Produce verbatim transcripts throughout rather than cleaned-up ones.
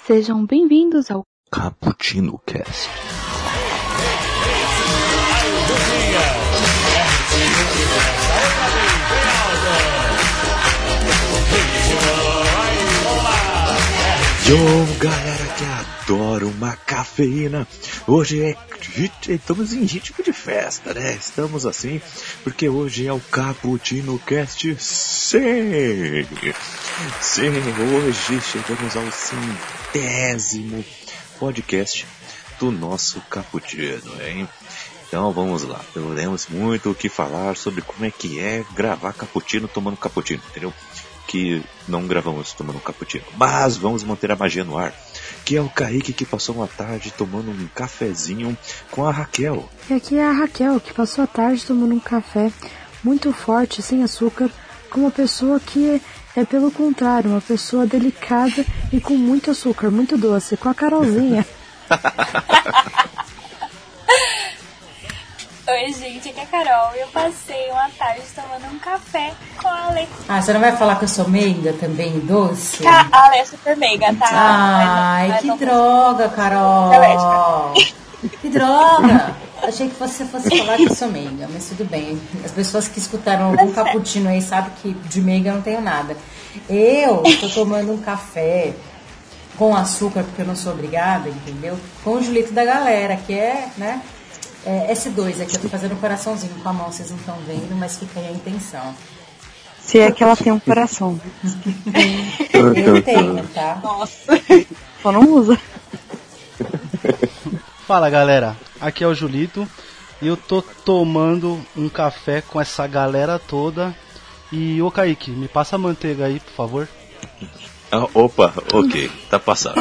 Sejam bem-vindos ao Cappuccino Cast. Yo, galera que adora uma cafeína, hoje é, estamos em ritmo de festa, né? Estamos assim, porque hoje é o Cappuccino Cast cem. Sim, hoje chegamos ao centésimo podcast do nosso Cappuccino, hein? Então vamos lá, temos muito o que falar sobre como é que é gravar cappuccino tomando cappuccino, entendeu? Que não gravamos tomando um cappuccino, mas vamos manter a magia no ar, que é o Kaique que passou uma tarde tomando um cafezinho com a Raquel. E aqui é a Raquel, que passou a tarde tomando um café muito forte, sem açúcar, com uma pessoa que é, pelo contrário, uma pessoa delicada e com muito açúcar, muito doce, com a Carolzinha. Oi, gente, aqui é a Carol e eu passei uma tarde tomando um café com a Ale. Ah, você não vai falar que eu sou meiga também, doce? A Ale é super meiga, tá? Ai, mas, que mas droga, Carol! Que droga! Achei que você fosse falar que eu sou meiga, mas tudo bem. As pessoas que escutaram algum cappuccino aí sabem que de meiga eu não tenho nada. Eu tô tomando um café com açúcar, porque eu não sou obrigada, entendeu? Com o Julito da galera, que é, né? É, S dois aqui, eu tô fazendo um coraçãozinho com a mão, vocês não estão vendo, mas fica aí a intenção. Se é que ela tem um coração. Eu tenho, tá? Nossa. Só não usa. Fala, galera, aqui é o Julito e eu tô tomando um café com essa galera toda. E, ô Kaique, me passa a manteiga aí, por favor. Ah, opa, ok, tá passado.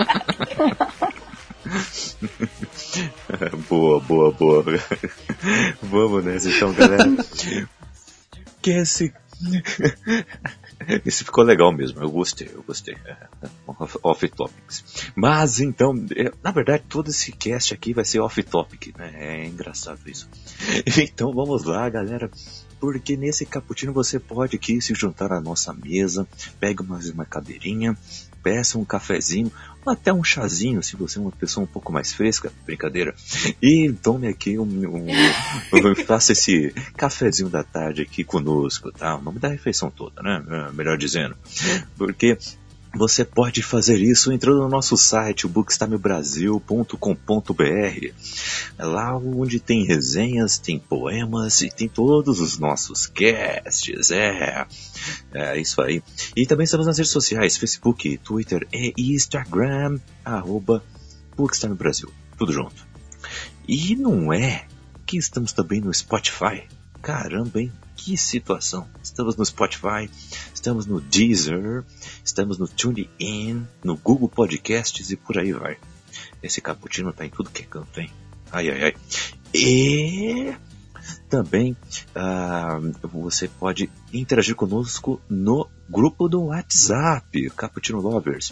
Boa, boa, boa. Vamos nessa então, galera. Que esse... Esse ficou legal mesmo, eu gostei, eu gostei. Off topics. Mas então, na verdade, todo esse cast aqui vai ser off topic, né? É engraçado isso. Então vamos lá, galera. Porque nesse cappuccino você pode aqui se juntar à nossa mesa, pega mais uma cadeirinha, peça um cafezinho, ou até um chazinho, se você é uma pessoa um pouco mais fresca, brincadeira, e tome aqui um, um, um faça esse cafezinho da tarde aqui conosco, tá? O nome da refeição toda, né? Melhor dizendo, porque você pode fazer isso entrando no nosso site, o bookstime brasil ponto com ponto b r. É lá onde tem resenhas, tem poemas e tem todos os nossos casts. É, é isso aí. E também estamos nas redes sociais, Facebook, Twitter e Instagram, arroba Bookstime Brasil. Tudo junto. E não é que estamos também no Spotify? Caramba, hein? Que situação! Estamos no Spotify, estamos no Deezer, estamos no TuneIn, no Google Podcasts e por aí vai. Esse cappuccino tá em tudo que é canto, hein? Ai, ai, ai. E também uh, você pode interagir conosco no grupo do WhatsApp, Cappuccino Lovers.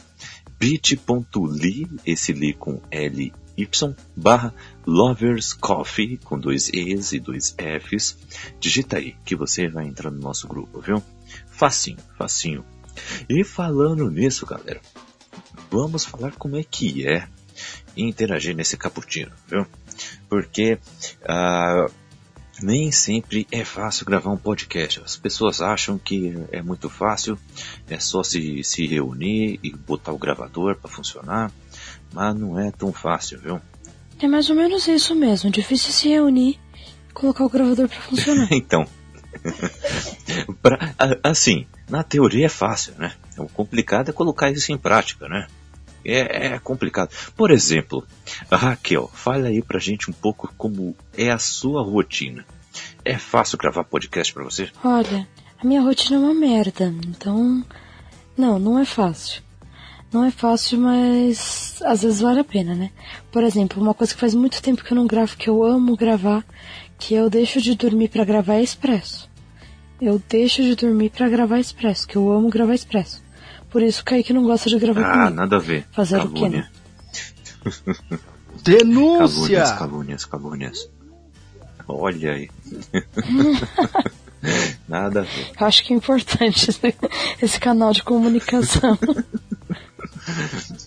bit.ly, esse li com L Y, barra Lovers Coffee, com dois E's e dois F's. Digita aí que você vai entrar no nosso grupo, viu? Facinho, facinho. E falando nisso, galera, vamos falar como é que é interagir nesse cappuccino, viu? Porque uh, nem sempre é fácil gravar um podcast. As pessoas acham que é muito fácil, é só se, se reunir e botar o gravador para funcionar. Mas não é tão fácil, viu? É mais ou menos isso mesmo. Difícil se reunir e colocar o gravador pra funcionar. Então, pra, assim, na teoria é fácil, né? O complicado é colocar isso em prática, né? É, é complicado. Por exemplo, a Raquel, fala aí pra gente um pouco como é a sua rotina. É fácil gravar podcast pra você? Olha, a minha rotina é uma merda. Então, não, não é fácil. Não é fácil, mas às vezes vale a pena, né? Por exemplo, uma coisa que faz muito tempo que eu não gravo, que eu amo gravar, que eu deixo de dormir pra gravar é expresso. Eu deixo de dormir pra gravar expresso, que eu amo gravar expresso. Por isso o Kaique não gosta de gravar ah, comigo. Ah, nada a ver. Fazer o quê, né? Denúncia! Calúnias, calúnias, calúnias. Olha aí. Nada a ver. Eu acho que é importante esse, esse canal de comunicação.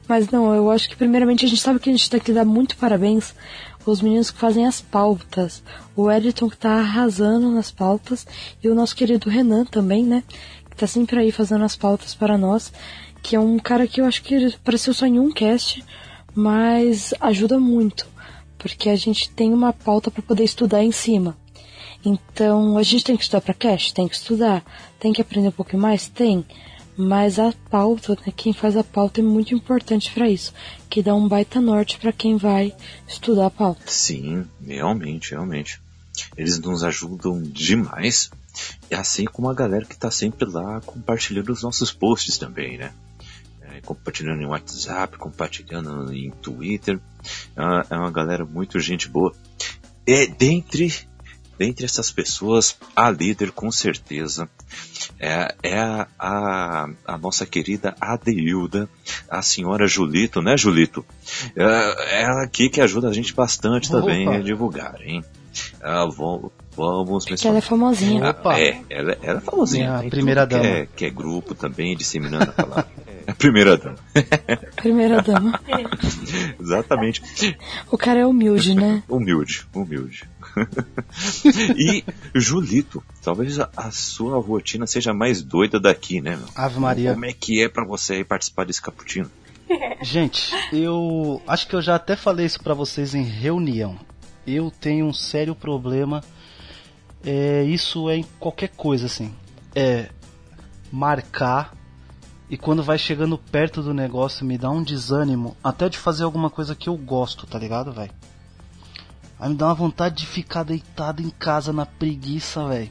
Mas não, eu acho que primeiramente a gente sabe que a gente tem que dar muito parabéns aos meninos que fazem as pautas. O Wellington que tá arrasando nas pautas e o nosso querido Renan também, né? Que tá sempre aí fazendo as pautas para nós. Que é um cara que eu acho que apareceu só em um cast, mas ajuda muito. Porque a gente tem uma pauta para poder estudar em cima. Então, a gente tem que estudar para cast? Tem que estudar. Tem que aprender um pouco mais? Tem. Mas a pauta, né, quem faz a pauta é muito importante para isso. Que dá um baita norte para quem vai estudar a pauta. Sim, realmente, realmente. Eles nos ajudam demais. E assim como a galera que tá sempre lá compartilhando os nossos posts também, né? É, compartilhando em WhatsApp, compartilhando em Twitter. É uma, é uma galera muito gente boa. E dentre... Dentre essas pessoas, a líder, com certeza, é, é a, a, a nossa querida Adeilda, a senhora Julito, né, Julito? É, ela aqui que ajuda a gente bastante também Opa. a divulgar, hein? Ah, vamos, vamos Porque ela é famosinha. Opa. Ah, é, ela, ela é famosinha. É a Tem primeira tudo que dama. é, que é grupo também, disseminando a palavra. É a primeira dama. Primeira dama. Exatamente. O cara é humilde, né? Humilde, humilde. E, Julito, talvez a, a sua rotina seja mais doida daqui, né, meu? Ave Maria. Como é que é pra você aí participar desse cappuccino? Gente, eu acho que eu já até falei isso pra vocês em reunião. Eu tenho um sério problema. É, isso é em qualquer coisa, assim. É marcar e quando vai chegando perto do negócio me dá um desânimo até de fazer alguma coisa que eu gosto, tá ligado, velho? Aí me dá uma vontade de ficar deitado em casa na preguiça, velho.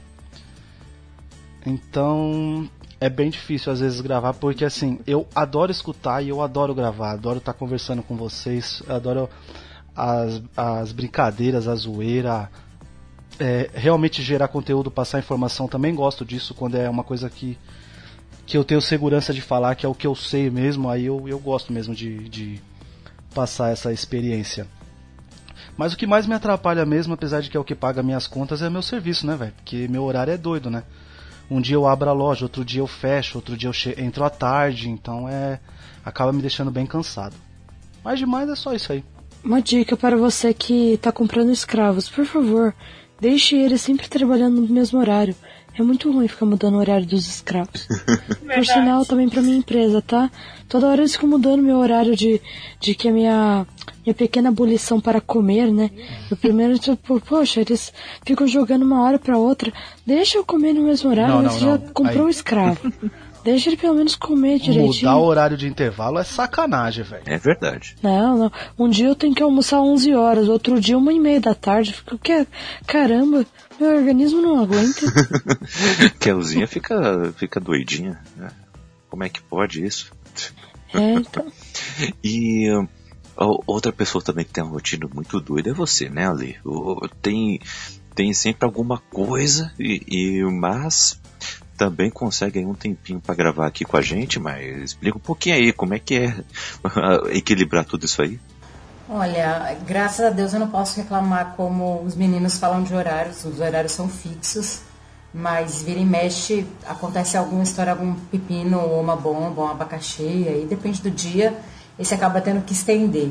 Então é bem difícil às vezes gravar, porque assim, eu adoro escutar e eu adoro gravar, adoro estar conversando com vocês, adoro as, as brincadeiras, a zoeira, é, realmente gerar conteúdo, passar informação, também gosto disso quando é uma coisa que, que eu tenho segurança de falar, que é o que eu sei mesmo, aí eu, eu gosto mesmo de, de passar essa experiência. Mas o que mais me atrapalha mesmo, apesar de que é o que paga minhas contas, é meu serviço, né, velho? Porque meu horário é doido, né? Um dia eu abro a loja, outro dia eu fecho, outro dia eu che- entro à tarde, então é... acaba me deixando bem cansado. Mas demais é só isso aí. Uma dica para você que tá comprando escravos, por favor, deixe eles sempre trabalhando no mesmo horário. É muito ruim ficar mudando o horário dos escravos. Por sinal, também pra minha empresa, tá? Toda hora eles ficam mudando meu horário de, de que a minha, minha pequena abolição para comer, né? No primeiro, tipo, poxa, eles ficam jogando uma hora pra outra. Deixa eu comer no mesmo horário, Não, não, você já não. comprou Aí. um escravo. Deixa ele pelo menos comer direitinho. Mudar o horário de intervalo é sacanagem, velho. É verdade. Não, não. Um dia eu tenho que almoçar onze horas, outro dia uma e meia da tarde. Fico, que, caramba, meu organismo não aguenta. Kelzinha fica, fica doidinha, né? Como é que pode isso? É, então. E uh, outra pessoa também que tem uma rotina muito doida é você, né, Ali? Uh, tem, tem sempre alguma coisa, e, e mas também consegue aí um tempinho pra gravar aqui com a gente, mas explica um pouquinho aí como é que é uh, equilibrar tudo isso aí. Olha, graças a Deus eu não posso reclamar como os meninos falam de horários, os horários são fixos, mas vira e mexe, acontece alguma história, algum pepino ou uma bomba, um abacaxi, aí depende do dia, esse acaba tendo que estender.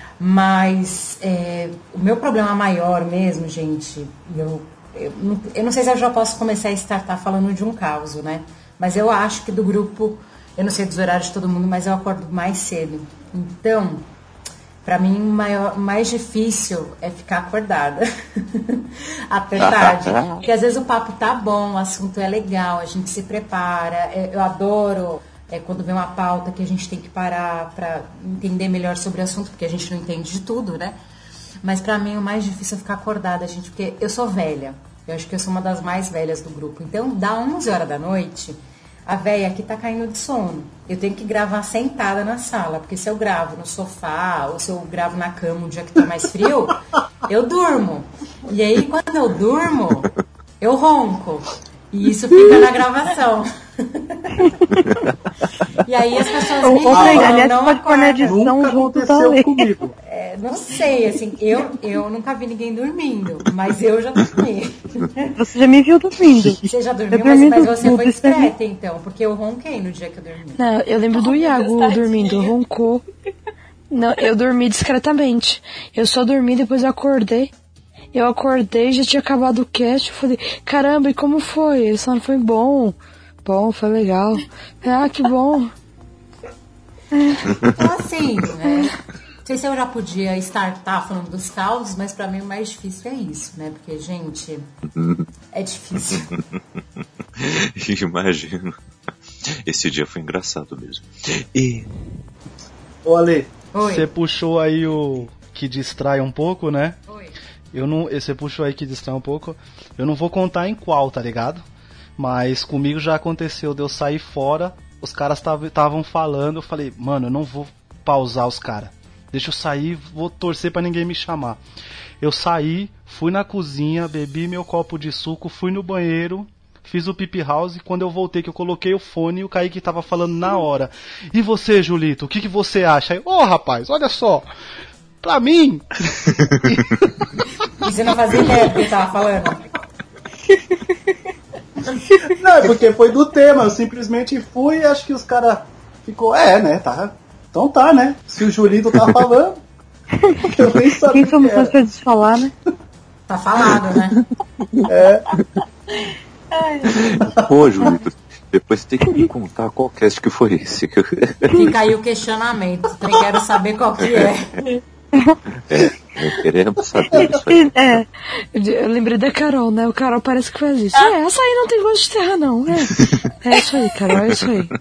Mas é, o meu problema maior mesmo, gente, eu, eu, não, eu não sei se eu já posso começar a startar falando de um caos, né? Mas eu acho que do grupo, eu não sei dos horários de todo mundo, mas eu acordo mais cedo. Então, pra mim, o maior, mais difícil é ficar acordada. Até tarde. Porque às vezes o papo tá bom, o assunto é legal, a gente se prepara. Eu adoro é, quando vem uma pauta que a gente tem que parar pra entender melhor sobre o assunto, porque a gente não entende de tudo, né? Mas pra mim o mais difícil é ficar acordada, gente, porque eu sou velha. Eu acho que eu sou uma das mais velhas do grupo. Então, dá onze horas da noite, a véia aqui tá caindo de sono. Eu tenho que gravar sentada na sala, porque se eu gravo no sofá ou se eu gravo na cama um dia que tá mais frio, eu durmo. E aí, quando eu durmo, eu ronco. E isso fica na gravação. E aí as pessoas me falam, não acordam. Nunca aconteceu comigo. É, não sei, assim, eu, eu nunca vi ninguém dormindo, mas eu já dormi. Você já me viu dormindo. Você já dormiu, Eu mas, dormi mas do- você do- foi do- discreta, então, porque eu ronquei no dia que eu dormi. Não, eu lembro do Iago Deus, dormindo, tadinho. roncou. Não, eu dormi discretamente. Eu só dormi, depois eu acordei. Eu acordei, já tinha acabado o cast. Eu falei, caramba, e como foi? Ele só não foi bom. Bom, foi legal. Ah, que bom. Então, assim, né? Não sei se eu já podia startar falando dos causos, mas pra mim o mais difícil é isso, né? Porque, gente, é difícil. Imagino. Esse dia foi engraçado mesmo. E... Ô, Ale. Você puxou aí o que distrai um pouco, né? Oi. Eu não, você puxou aí que distrai um pouco. Eu não vou contar em qual, tá ligado? Mas comigo já aconteceu de eu sair fora, os caras estavam falando, eu falei, mano, eu não vou pausar os caras. Deixa eu sair, vou torcer pra ninguém me chamar. Eu saí, fui na cozinha, bebi meu copo de suco, fui no banheiro, fiz o pipi house, e quando eu voltei que eu coloquei o fone, o Kaique tava falando na hora. E você, Julito, o que, que você acha? Ô, oh, rapaz, olha só, pra mim... E você não fazia ideia do que ele tava falando? Não, é porque foi do tema, eu simplesmente fui e acho que os caras ficou, é, né, tá... Então tá, né? Se o Julito tá falando, eu nem sabia. Quem somos nós pra desfalar, né? Tá falado, né? É. Pô, Julito, depois tem que me contar qual cast que foi esse. Fica aí o questionamento. Eu quero saber qual que é. É, queremos saber isso aí. É, eu lembrei da Carol, né? O Carol parece que faz isso. É, essa aí não tem gosto de terra, não. É, é isso aí, Carol, é isso aí.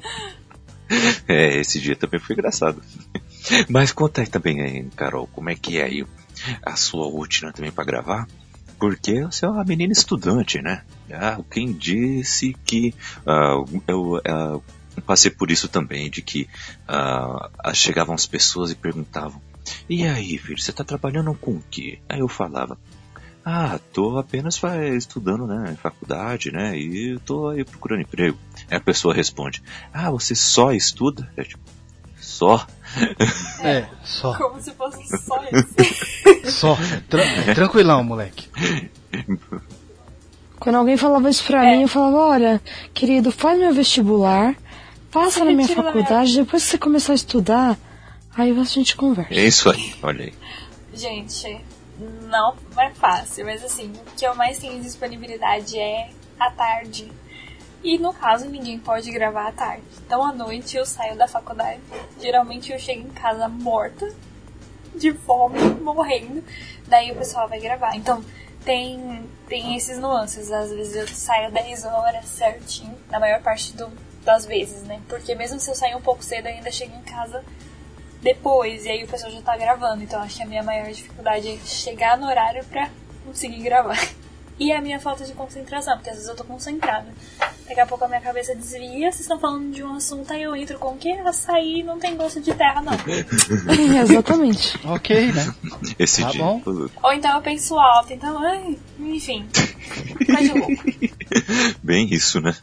É, esse dia também foi engraçado. Mas conta aí também, hein, Carol, como é que é aí a sua rotina também pra gravar? Porque você é uma menina estudante, né? Ah, quem disse que uh, eu uh, passei por isso também, de que uh, chegavam as pessoas e perguntavam, e aí, filho, você tá trabalhando com o quê? Aí eu falava, ah, tô apenas estudando, né, em faculdade, né, e tô aí procurando emprego. Aí a pessoa responde, ah, você só estuda? É tipo, só? É, só. Como se fosse só isso. Só. Tra- tranquilão, moleque. Quando alguém falava isso pra É. mim, eu falava, olha, querido, faz meu vestibular, passa na minha Retira da faculdade, depois que você começar a estudar, aí a gente conversa. É isso aí, olha aí. Gente, não é fácil, mas assim, o que eu mais tenho disponibilidade é à tarde. E no caso, ninguém pode gravar à tarde. Então à noite eu saio da faculdade. Geralmente eu chego em casa morta, de fome, morrendo. Daí o pessoal vai gravar. Então tem, tem esses nuances. Às vezes eu saio dez horas certinho, na maior parte do, das vezes, né? Porque mesmo se eu sair um pouco cedo, eu ainda chego em casa depois. E aí o pessoal já tá gravando. Então acho que a minha maior dificuldade é chegar no horário pra conseguir gravar. E a minha falta de concentração, porque às vezes eu tô concentrada. Daqui a pouco a minha cabeça desvia, vocês estão falando de um assunto, aí eu entro com o quê? Açaí não tem gosto de terra, não. É, exatamente. Ok, né? Esse Tá dia. bom. Ou então eu penso alto, então, ai, enfim. Tá de louco. Bem isso, né?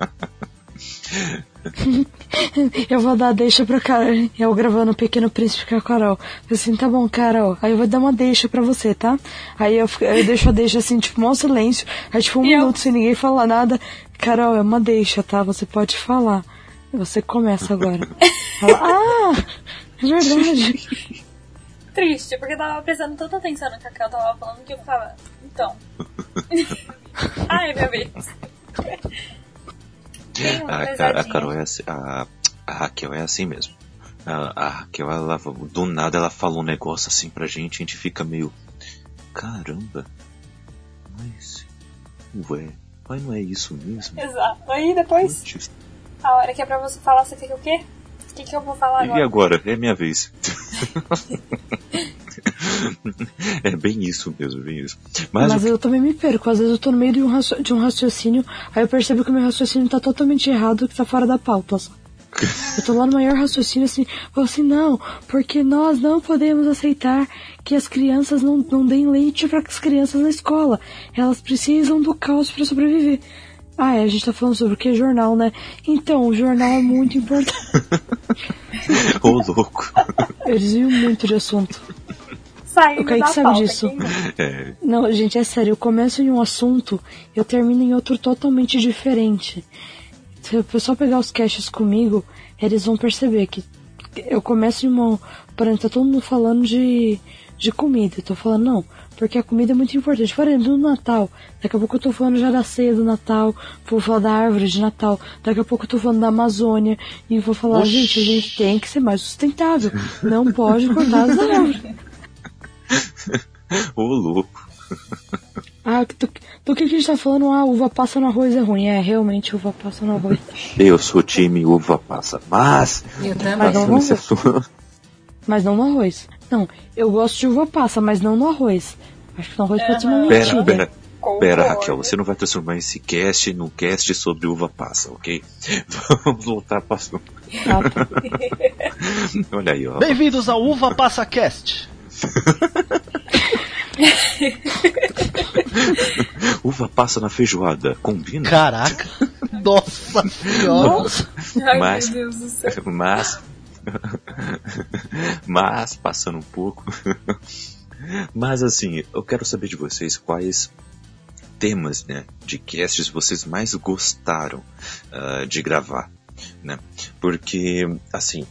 Eu vou dar deixa pra Carol. Eu gravando o Pequeno Príncipe com a Carol. Eu assim, tá bom, Carol. Aí eu vou dar uma deixa pra você, tá? Aí eu, eu deixo a deixa assim, tipo, mó silêncio. Aí tipo, um E minuto eu? sem ninguém falar nada. Carol, é uma deixa, tá? Você pode falar. E você começa agora. Fala, ah, é verdade. Triste, porque eu tava prestando tanta atenção no que a Cacau tava falando que eu ficava, então. Ai, minha vez. Tem uma A, a, a pesadinha. Carol é assim, a, a Raquel é assim mesmo. A, a Raquel, ela, do nada, ela fala um negócio assim pra gente, a gente fica meio, caramba, mas, ué, mas não é isso mesmo? Exato. Aí depois, Putz. a hora que é pra você falar, você fica o quê? O que, que eu vou falar E agora? agora? É minha vez. É bem isso mesmo, bem isso. Mas, Mas o eu também me perco. Às vezes eu tô no meio de um, raci- de um raciocínio, aí eu percebo que o meu raciocínio tá totalmente errado, que tá fora da pauta. Só. Eu tô lá no maior raciocínio assim, falo assim, não, porque nós não podemos aceitar que as crianças não, não deem leite para as crianças na escola. Elas precisam do caos para sobreviver. Ah, é, a gente tá falando sobre o que? Jornal, né? Então, o jornal é muito importante. Ô, louco. Eu desvio muito de assunto. Saindo O Kaique da sabe pauta, disso. quem não? É, Não, gente, é sério, eu começo em um assunto, eu termino em outro totalmente diferente. Se o pessoal pegar os caches comigo, eles vão perceber que eu começo em uma... Por exemplo, tá todo mundo falando de, de comida. Eu tô falando, não, porque a comida é muito importante. Por exemplo, no Natal, daqui a pouco eu tô falando já da ceia do Natal, vou falar da árvore de Natal, daqui a pouco eu tô falando da Amazônia, e vou falar, Oxi. gente, a gente tem que ser mais sustentável. Não pode cortar as árvores. Ô, louco. Ah, do, do que a gente tá falando? Ah, uva passa no arroz é ruim. É, realmente, uva passa no arroz. Eu sou time uva passa, mas... Eu também. Mas não, no arroz. mas não no arroz. Não, eu gosto de uva passa, mas não no arroz. Acho que no arroz uhum. pode ser uma mentira. Pera, pera, pera, Raquel, você não vai transformar esse cast num cast sobre uva passa, ok? Vamos voltar para assunto. Ah, tá. Olha aí, ó. Bem-vindos ao Uva Passa Cast. Uva passa na feijoada, combina? Caraca, nossa senhora. Mas, Ai, meu Deus do céu. mas, mas, passando um pouco. Mas assim, eu quero saber de vocês quais temas, né, de casts vocês mais gostaram uh, de gravar, né? Porque, assim,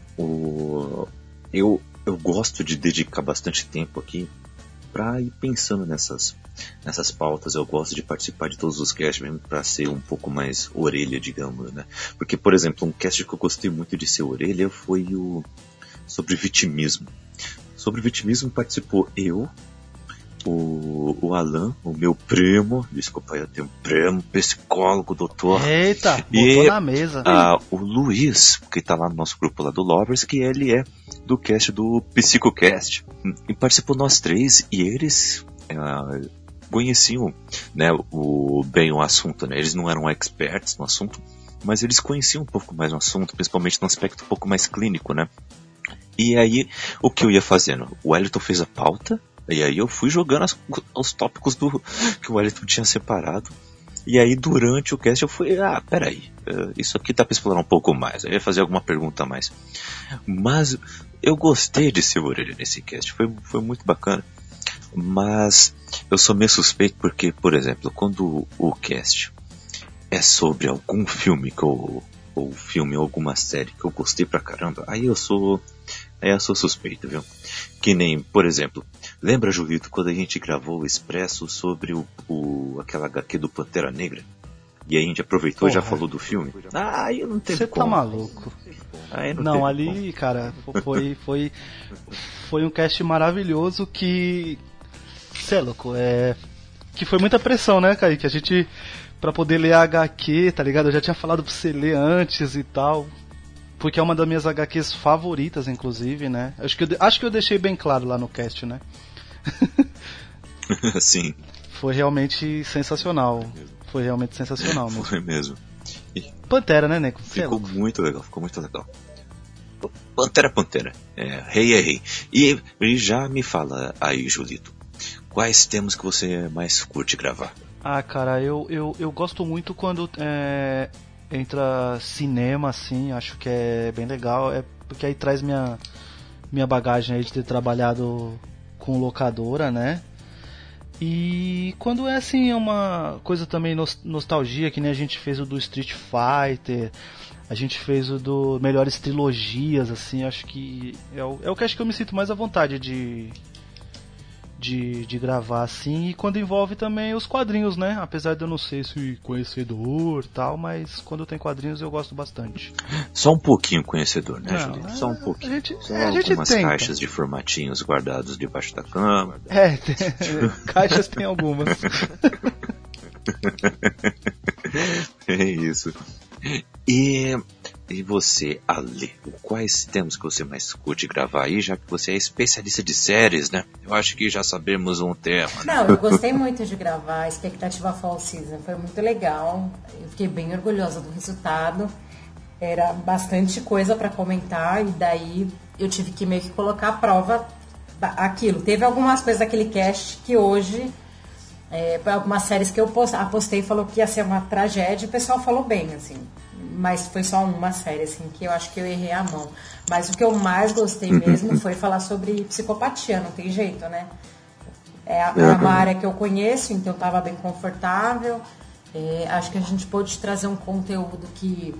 o, eu, eu gosto de dedicar bastante tempo aqui para ir pensando nessas, nessas pautas. Eu gosto de participar de todos os casts mesmo para ser um pouco mais orelha, digamos, né? Porque, por exemplo, um cast que eu gostei muito de ser orelha foi o sobre vitimismo. Sobre vitimismo participou eu, o, o Alan, o meu primo, desculpa, eu tenho um primo, psicólogo, doutor. Eita, e botou na mesa. A, o Luiz, que tá lá no nosso grupo lá do Lovers, que ele é do cast do PsicoCast. E participou nós três, e eles uh, conheciam, né, o, bem o assunto, né? Eles não eram experts no assunto, mas eles conheciam um pouco mais o assunto, principalmente no aspecto um pouco mais clínico, né? E aí, o que eu ia fazendo? O Wellington fez a pauta, e aí eu fui jogando as, os tópicos do, que o Wellington tinha separado. E aí, durante o cast, eu fui, ah, peraí, isso aqui dá pra explorar um pouco mais. Eu ia fazer alguma pergunta a mais. Mas eu gostei de ser orelha nesse cast, foi, foi muito bacana. Mas eu sou meio suspeito porque, por exemplo, quando o cast é sobre algum filme que eu, ou filme ou alguma série que eu gostei pra caramba, aí eu sou... Aí eu sou suspeito, viu? Que nem, por exemplo, lembra, Julito, quando a gente gravou o Expresso sobre o, o, aquela agá quê do Pantera Negra? E aí a gente aproveitou e já falou do filme? Ah, aí eu não teve Você como. tá maluco. Aí não, não ali, como. cara, foi, foi, foi um cast maravilhoso que... Cê é louco, é... Que foi muita pressão, né, Kaique? A gente, pra poder ler a agá quê, tá ligado? Eu já tinha falado pra você ler antes e tal... Porque é uma das minhas agá quês favoritas, inclusive, né? Acho que eu, acho que eu deixei bem claro lá no cast, né? Sim. Foi realmente sensacional. Foi realmente sensacional mesmo. Foi mesmo. E Pantera, né, Neco? Ficou é muito legal, ficou muito legal. Pantera, Pantera. É, rei é rei. E, e já me fala aí, Julito, quais temas que você mais curte gravar? Ah, cara, eu, eu, eu gosto muito quando... É... entra cinema, assim, acho que é bem legal, é porque aí traz minha, minha bagagem aí de ter trabalhado com locadora, né? E quando é assim, é uma coisa também nos, nostalgia, que nem a gente fez o do Street Fighter, a gente fez o do Melhores Trilogias, assim, acho que é o, é o que acho que eu me sinto mais à vontade de... De, de gravar assim, e quando envolve também os quadrinhos, né? Apesar de eu não ser esse conhecedor e tal, mas quando tem quadrinhos eu gosto bastante. Só um pouquinho conhecedor, né, não, Julito? Só um pouquinho. A gente, Só a gente algumas tenta. caixas de formatinhos guardados debaixo da cama. É, tem, caixas tem algumas. É isso. E, e você, Ale, quais temas que você mais curte gravar aí, já que você é especialista de séries, né? Eu acho que já sabemos um tema. Né? Não, eu gostei muito de gravar a Expectativa Fall Season, foi muito legal. Eu fiquei bem orgulhosa do resultado. Era bastante coisa para comentar e daí eu tive que meio que colocar à prova aquilo. Teve algumas coisas daquele cast que hoje... É, algumas séries que eu apostei falou que ia ser uma tragédia, o pessoal falou bem, assim, mas foi só uma série, assim, que eu acho que eu errei a mão. Mas o que eu mais gostei mesmo foi falar sobre psicopatia, não tem jeito, né? É, é uma área que eu conheço, então estava bem confortável. É, acho que a gente pôde trazer um conteúdo que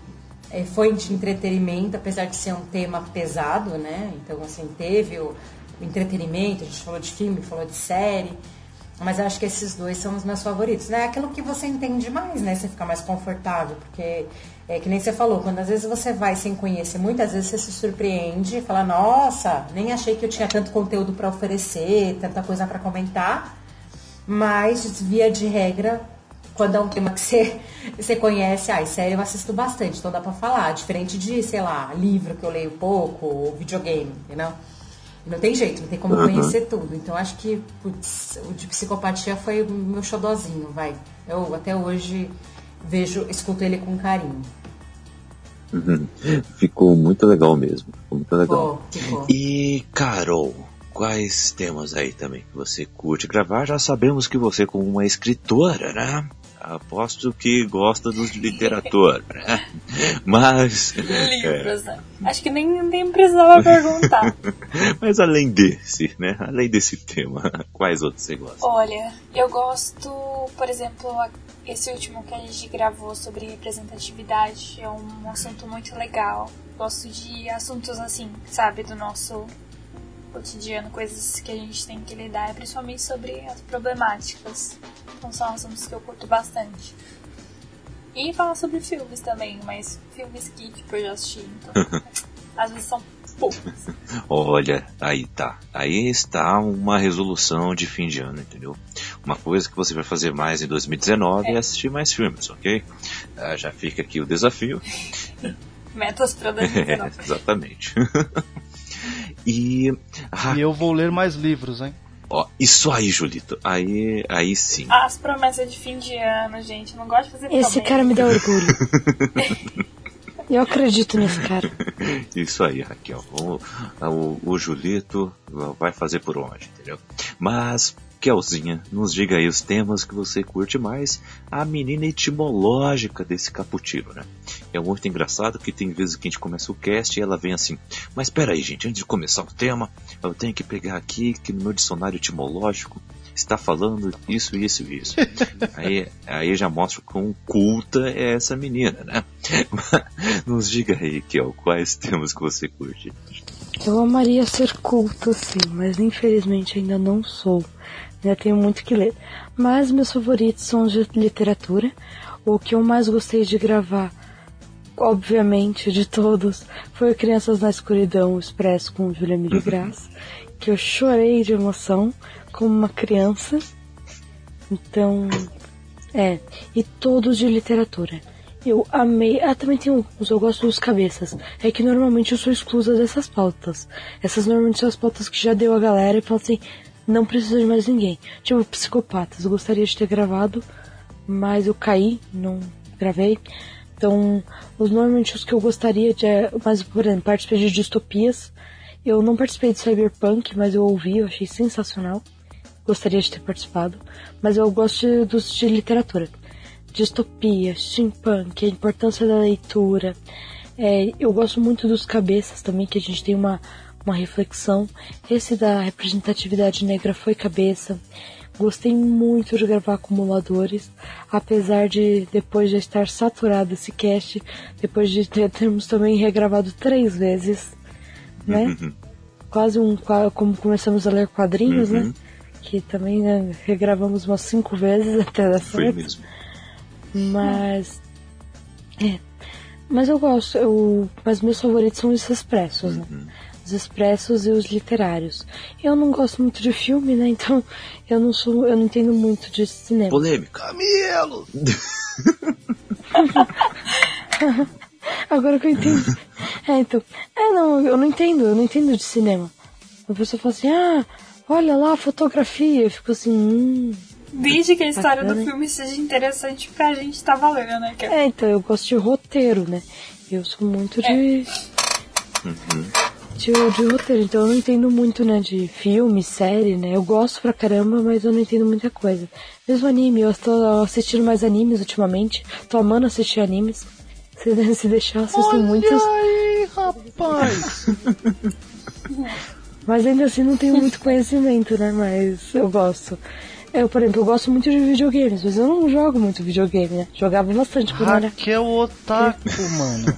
é, foi de entretenimento, apesar de ser um tema pesado, né? Então, assim, teve o, o entretenimento, a gente falou de filme, falou de série, mas eu acho que esses dois são os meus favoritos, né? Aquilo que você entende mais, né? Você fica mais confortável, porque é que nem você falou, quando às vezes você vai sem conhecer, muitas vezes você se surpreende e fala, nossa, nem achei que eu tinha tanto conteúdo para oferecer, tanta coisa para comentar, mas via de regra, quando é um tema que você, você conhece, ai, sério, eu assisto bastante, então dá pra falar. Diferente de, sei lá, livro que eu leio pouco, ou videogame, entendeu? Não tem jeito, não tem como uhum. conhecer tudo. Então acho que, putz, o de psicopatia foi o meu xodózinho, vai. Eu até hoje vejo, escuto ele com carinho. Uhum. Ficou muito legal mesmo. Ficou muito legal. Ficou, ficou. E, Carol, quais temas aí também que você curte gravar? Já sabemos que você, como uma escritora, né? Aposto que gosta dos de literatura, né? Mas... Livros, é... né? Acho que nem, nem precisava perguntar. Mas além desse, né? Além desse tema, quais outros você gosta? Olha, eu gosto, por exemplo, esse último que a gente gravou sobre representatividade é um assunto muito legal. Gosto de assuntos assim, sabe, do nosso cotidiano, coisas que a gente tem que lidar, principalmente sobre as problemáticas. Então são assuntos que eu curto bastante. E falar sobre filmes também, mas filmes que tipo, eu já assisti, então às vezes são poucos. Olha, aí tá. Aí está uma resolução de fim de ano, entendeu? Uma coisa que você vai fazer mais em dois mil e dezenove é, é assistir mais filmes, ok? Ah, já fica aqui o desafio. Metas para dois mil e dezenove. É, exatamente. E, ah, e eu vou ler mais livros, hein? Ó, isso aí, Julito. Aí, aí sim. As promessas de fim de ano, gente. Eu não gosto de fazer promessas. Esse cara me dá orgulho. Eu acredito nesse cara. Isso aí, Raquel. O, o, o Julito vai fazer por onde, entendeu? Mas, Kelzinha, nos diga aí os temas que você curte mais. A menina etimológica desse cappuccino, né? É muito engraçado que tem vezes que a gente começa o cast e ela vem assim, mas peraí, gente, antes de começar o tema, eu tenho que pegar aqui que no meu dicionário etimológico está falando isso, isso e isso. aí, aí já mostra quão culta é essa menina, né? Nos diga aí, Kel, quais temas que você curte? Eu amaria ser culta, sim, mas infelizmente ainda não sou. Ainda tenho muito que ler. Mas meus favoritos são de literatura. O que eu mais gostei de gravar, obviamente, de todos, foi Crianças na Escuridão Expresso com Júlia Emílio Graça, que eu chorei de emoção como uma criança. Então, é, e todos de literatura. Eu amei. Ah, também tem uns, eu gosto dos cabeças. É que normalmente eu sou exclusa dessas pautas. Essas normalmente são as pautas que já deu a galera e fala assim, não precisa de mais ninguém. Tipo, Psicopatas, eu gostaria de ter gravado, mas eu caí, não gravei. Então, os, normalmente os que eu gostaria de... Mas, por exemplo, participei de Distopias. Eu não participei de Cyberpunk, mas eu ouvi, eu achei sensacional. Gostaria de ter participado. Mas eu gosto de, dos de literatura. Distopia, steampunk, a importância da leitura. É, eu gosto muito dos cabeças também, que a gente tem uma, uma reflexão. Esse da representatividade negra foi cabeça. Gostei muito de gravar Acumuladores, apesar de depois de estar saturado esse cast, depois de ter, termos também regravado três vezes, né? Uhum. Quase um, como começamos a ler quadrinhos, uhum. né? Que também né, regravamos umas cinco vezes até dar certo. Foi mesmo. Mas, é, mas eu gosto, eu, mas meus favoritos são os expressos, né? Uhum. Os expressos e os literários. Eu não gosto muito de filme, né? Então eu não sou, eu não entendo muito de cinema. Polêmica. Camilo! Agora que eu entendo. É, então. É, não, eu não entendo, eu não entendo de cinema. A pessoa fala assim, ah, olha lá a fotografia. Eu fico assim, hum. Desde que a história bacana, do filme seja interessante pra gente, tá valendo, né? É, então, eu gosto de roteiro, né? Eu sou muito de. É. Uhum. De, de roteiro, então eu não entendo muito, né, de filme, série, né, eu gosto pra caramba, mas eu não entendo muita coisa. Mesmo anime, eu tô assistindo mais animes ultimamente, tô amando assistir animes, se, se deixar eu assisto Olha muitos. Aí, rapaz! Mas ainda assim não tenho muito conhecimento, né, mas eu gosto. Eu, por exemplo, eu gosto muito de videogames, mas eu não jogo muito videogame, né? Jogava bastante quando era... Raquel Otaku, mano.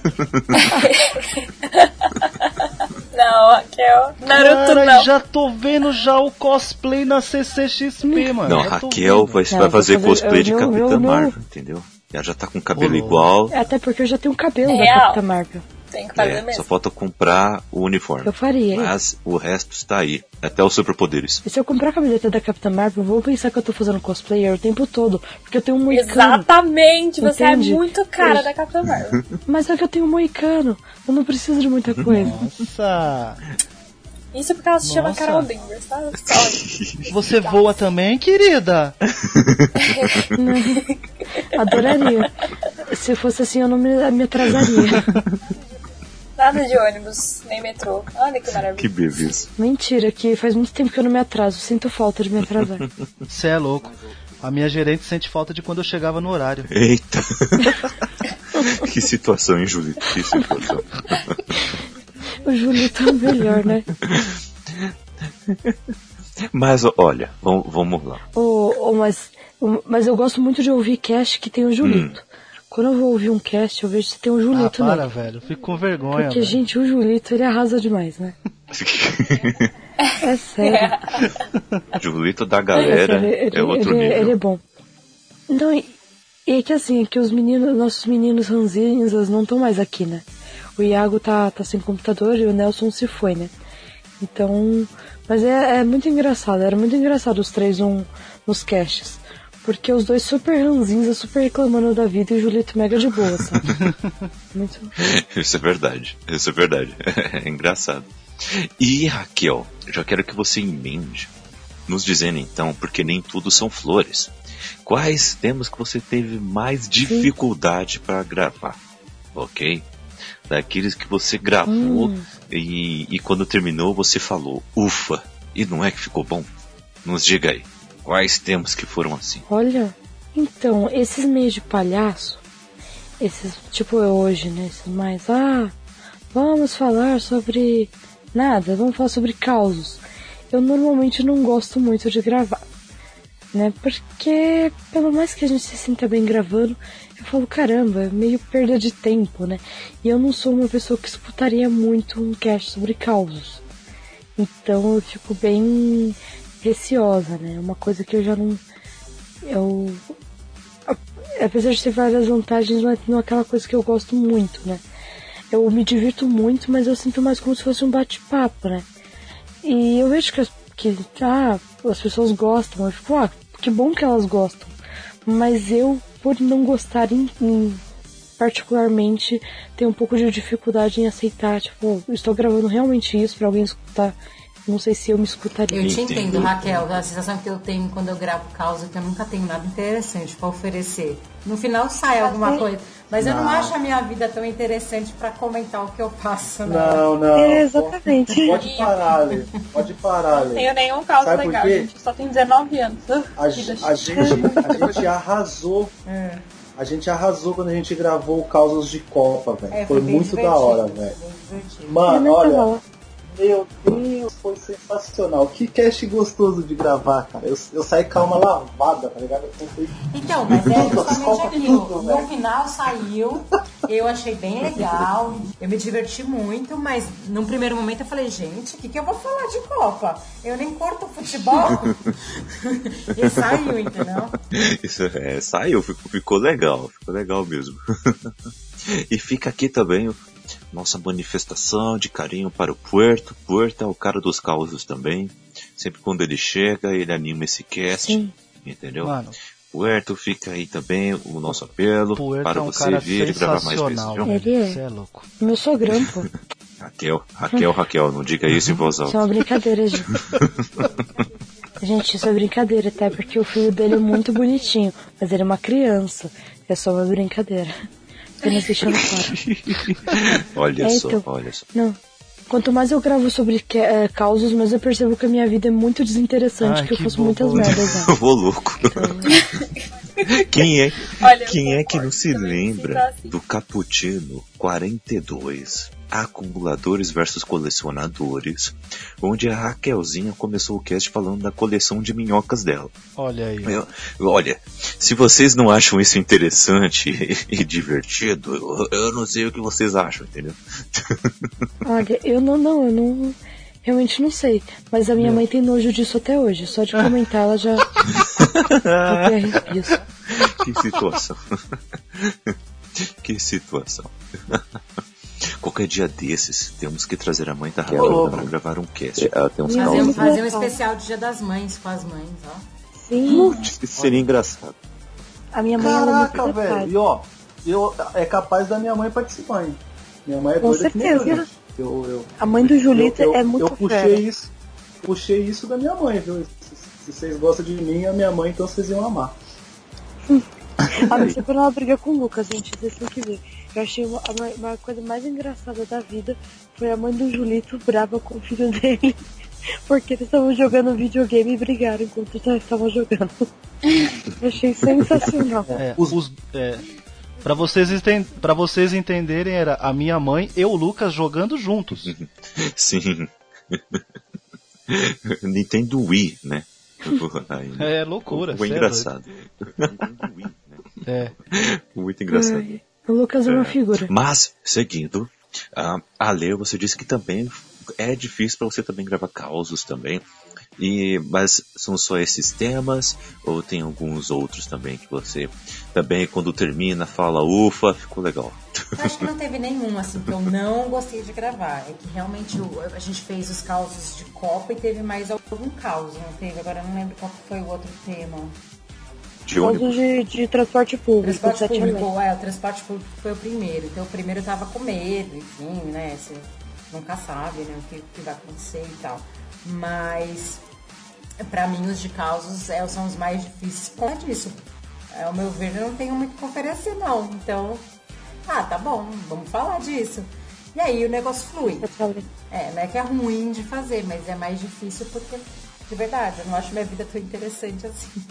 Não, Raquel. Naruto Cara, não. já tô vendo já o cosplay na C C X P, mano. Não, Já tô Raquel vendo. vai, Não, vai fazer fazer- cosplay eu- de meu- Capitã meu- meu- Marvel, entendeu? Ela já tá com o cabelo Ô, louco. igual. Até porque eu já tenho cabelo da Real. Capitã Marvel. Tem que fazer É, mesmo. só falta comprar o uniforme. Eu faria. Mas o resto está aí. Até os superpoderes. E se eu comprar a camiseta da Capitã Marvel, eu vou pensar que eu tô fazendo cosplayer o tempo todo. Porque eu tenho um moicano. Exatamente, você Entende? é muito cara Eu- da Capitã Marvel. Mas é que eu tenho um moicano. Eu não preciso de muita coisa. Nossa. Isso porque ela se chama Nossa. Carol Danvers, tá? Só. Você voa também, querida? Adoraria. Se fosse assim, eu não me, me atrasaria. Nada de ônibus, nem metrô. Olha que maravilha. Que beleza. Mentira, que faz muito tempo que eu não me atraso. Sinto falta de me atrasar. Você é louco. A minha gerente sente falta de quando eu chegava no horário. Eita. Que situação, hein, Julito? Que situação. O Julito é o melhor, né? Mas olha, vamos, vamos lá. Oh, oh, mas, oh, mas eu gosto muito de ouvir cast que tem o Julito. Quando eu vou ouvir um cast, eu vejo se tem um Ah, Julito para, nele. velho. Fico com vergonha, Porque, velho. gente, o Julito, ele arrasa demais, né? É sério. Julito da galera É sério, ele, é outro ele, nível. ele é bom. Não, e, e é que assim, é que os meninos, nossos meninos ranzinhas não estão mais aqui, né? O Iago tá, tá sem computador e o Nelson se foi, né? Então... Mas é, é muito engraçado, era muito engraçado os três um, nos casts. Porque os dois super ranzinhos, super reclamando da vida e o Julito mega de boa, sabe? Muito... Isso é verdade, isso é verdade. É engraçado. E Raquel, já quero que você emende, nos dizendo então, porque nem tudo são flores. Quais temas que você teve mais dificuldade para gravar? Ok? Daqueles que você gravou Hum. e, e quando terminou você falou, ufa, e não é que ficou bom? Nos diga aí, quais temas que foram assim? Olha, então, esses meios de palhaço, esses, tipo eu hoje, né, esses mais, ah, vamos falar sobre nada, vamos falar sobre causos. Eu normalmente não gosto muito de gravar, né, porque pelo mais que a gente se sinta bem gravando, eu falo, caramba, é meio perda de tempo, né, e eu não sou uma pessoa que escutaria muito um cast sobre causos. Então eu fico bem receosa, né? Uma coisa que eu já não... Eu... Apesar de ter várias vantagens, não é, não é aquela coisa que eu gosto muito, né? Eu me divirto muito, mas eu sinto mais como se fosse um bate-papo, né? E eu vejo que as, que, ah, as pessoas gostam, eu fico, ah, que bom que elas gostam. Mas eu, por não gostar em, em particularmente, tenho um pouco de dificuldade em aceitar, tipo, eu estou gravando realmente isso pra alguém escutar. Não sei se eu me escutaria. Eu te Entendo. entendo, Raquel. A sensação que eu tenho quando eu gravo causa é que eu nunca tenho nada interessante pra oferecer. No final sai alguma coisa. Mas eu não Não. acho a minha vida tão interessante pra comentar o que eu passo, né? Não, não. É, exatamente. Pode parar, Lê. Pode parar, Não Lê. tenho nenhum caso Sabe por legal, quê? gente. Eu só tenho dezenove anos. A, Que ge- deixa- a gente, a gente arrasou. É. A gente arrasou quando a gente gravou o Causas de Copa, velho. É, foi bem muito da divertido, hora, foi velho. bem divertido. Eu Mano, nem tava olha, lá. meu Deus, foi sensacional. Que cast gostoso de gravar, cara. Eu, eu saí com a alma lavada, tá ligado? Eu contei Então, mas é tudo, justamente solta aquilo. tudo, No velho. final saiu, eu achei bem legal, eu me diverti muito, mas num primeiro momento eu falei, gente, o que, que eu vou falar de Copa? Eu nem curto futebol. E saiu, entendeu? Isso é, saiu, ficou, ficou legal, ficou legal mesmo. E fica aqui também o- nossa manifestação de carinho para o Puerto. Puerto é o cara dos causos também. Sempre quando ele chega, ele anima esse cast, Sim. entendeu? Mano, Puerto, fica aí também o nosso apelo Puerto para é um você cara vir e gravar mais vezes, sensacional. viu? Ele é. Você é louco. Meu sogrão, pô. Raquel, Raquel, Raquel, não diga isso em voz Isso é alta. uma brincadeira, gente. Gente, isso é brincadeira, tá? Porque o filho dele é muito bonitinho. Mas ele é uma criança. É só uma brincadeira. Apenas deixando claro. Olha É, só, então. olha só. Não. Quanto mais eu gravo sobre que- eh, causos, mais eu percebo que a minha vida é muito desinteressante, Ai, que eu que faço bom, muitas bom. merdas, né? Ô louco. Quem é, Olha, eu quem é que concordo, não se também me sinto lembra assim. do Cappuccino quarenta e dois? Acumuladores versus Colecionadores, onde a Raquelzinha começou o cast falando da coleção de minhocas dela. Olha aí. Eu, olha, se vocês não acham isso interessante e, e divertido, eu, eu não sei o que vocês acham, entendeu? Olha, eu não, não, eu não... Realmente não sei, mas a minha mãe tem nojo disso até hoje. Só de comentar ela já... já tem arrepios. Que situação. Que situação. Qualquer dia desses, temos que trazer a mãe da Raquel para gravar um cast. Ela tem uns Meu Fazer, um- Deus. fazer um especial de Dia das Mães com as mães, ó. Sim, Putz, isso seria engraçado. a minha mãe ela é muito Caraca, velho. detalhe. E ó, eu, é capaz da minha mãe participar, hein? Minha mãe é Com doida que nem certeza. eu, gente. Eu, eu, A mãe do Julito eu, eu, é muito Eu puxei fera. isso, puxei isso da minha mãe, viu? Se, se vocês gostam de mim, a minha mãe, então vocês iam amar. A não ser quando ela briga com o Lucas, gente, vocês têm que ver. Eu achei uma, uma, uma coisa mais engraçada da vida foi a mãe do Julito brava com o filho dele. Porque eles estavam jogando videogame e brigaram enquanto eles estavam jogando. Eu achei sensacional. É, os, é, pra, vocês enten- pra vocês entenderem, era a minha mãe e o Lucas jogando juntos. Sim. Nintendo Wii, né? Aí, É loucura. Foi cê é engraçado. Nintendo Wii, né? doido. É. Muito engraçado. Ai, o Lucas é uma figura. Mas, seguindo, a a Lê, você disse que também é difícil para você também gravar causos também. E, mas são só esses temas ou tem alguns outros também que você também quando termina fala, ufa, ficou legal. Eu acho que não teve nenhum, assim, que eu não gostei de gravar. É que realmente o- a gente fez os causos de Copa e teve mais algum caos, não teve? Agora eu não lembro qual que foi o outro tema. De Causa ônibus. de, de transporte público. Transporte sete público, eleven. é, o transporte público foi o primeiro. Então o primeiro eu tava com medo, enfim, né? Você nunca sabe, né, o que, que vai acontecer e tal. Mas, pra mim, os de causos é, são os mais difíceis por causa disso. É, ao meu ver, eu não tenho muito o que oferecer, não. Então, ah, tá bom, vamos falar disso. E aí o negócio flui. É, não é que é ruim de fazer, mas é mais difícil porque, de verdade, eu não acho minha vida tão interessante assim.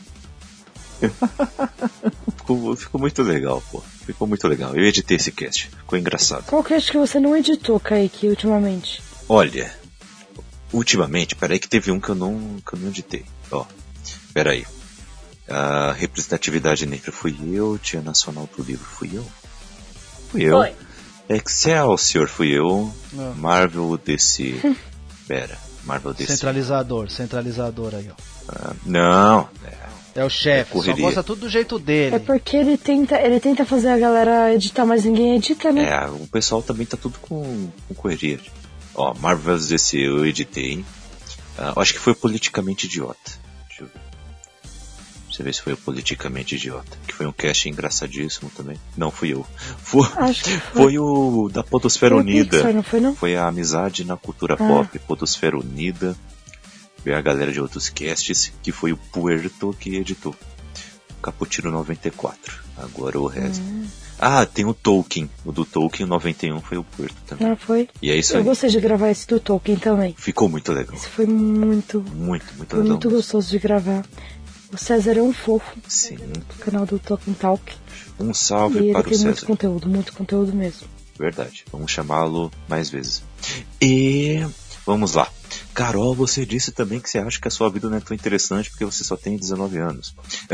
Ficou, ficou muito legal, pô. Ficou muito legal. Eu editei esse cast. Ficou engraçado. Qual cast que você não editou, Kaique, ultimamente? Olha, ultimamente, peraí que teve um que eu não, que eu não editei. Ó, peraí. A representatividade negra fui eu, Dia Nacional do Livro fui eu. Fui eu. Foi. Excelsior fui eu. Não. Marvel D C. Pera, Marvel D C. Centralizador, centralizador aí, ó. Ah, não, é, É o chefe, É só correria. gosta tudo do jeito dele. É porque ele tenta, ele tenta fazer a galera editar, mas ninguém edita, né? é, o pessoal também tá tudo com, com correria. Ó, Marvel D C eu editei. Ah, acho que foi politicamente idiota. Deixa eu ver. Deixa eu ver se foi o politicamente idiota. Que foi um cast engraçadíssimo também. Não, fui eu. Foi, Acho que foi. foi o da Podosfera Foi o Unida. Pixar, não foi, não? Foi a amizade na cultura Ah. pop, Podosfera Unida. Veio a galera de outros casts, que foi o Puerto que editou. Caputino noventa e quatro. Agora o resto. Hum. Ah, tem o Tolkien. O do Tolkien noventa e um foi o Puerto também. Não foi? E é isso Eu aí. gostei de gravar esse do Tolkien também. Ficou muito legal. Esse foi muito, Muito, muito foi legal. muito gostoso de gravar. O César é um fofo Sim. do canal do Tolkien Talk. Um E salve ele para o tem muito César. conteúdo, muito conteúdo mesmo. Verdade. Vamos chamá-lo mais vezes. E vamos lá. Carol, você disse também que você acha que a sua vida não é tão interessante porque você só tem dezenove anos.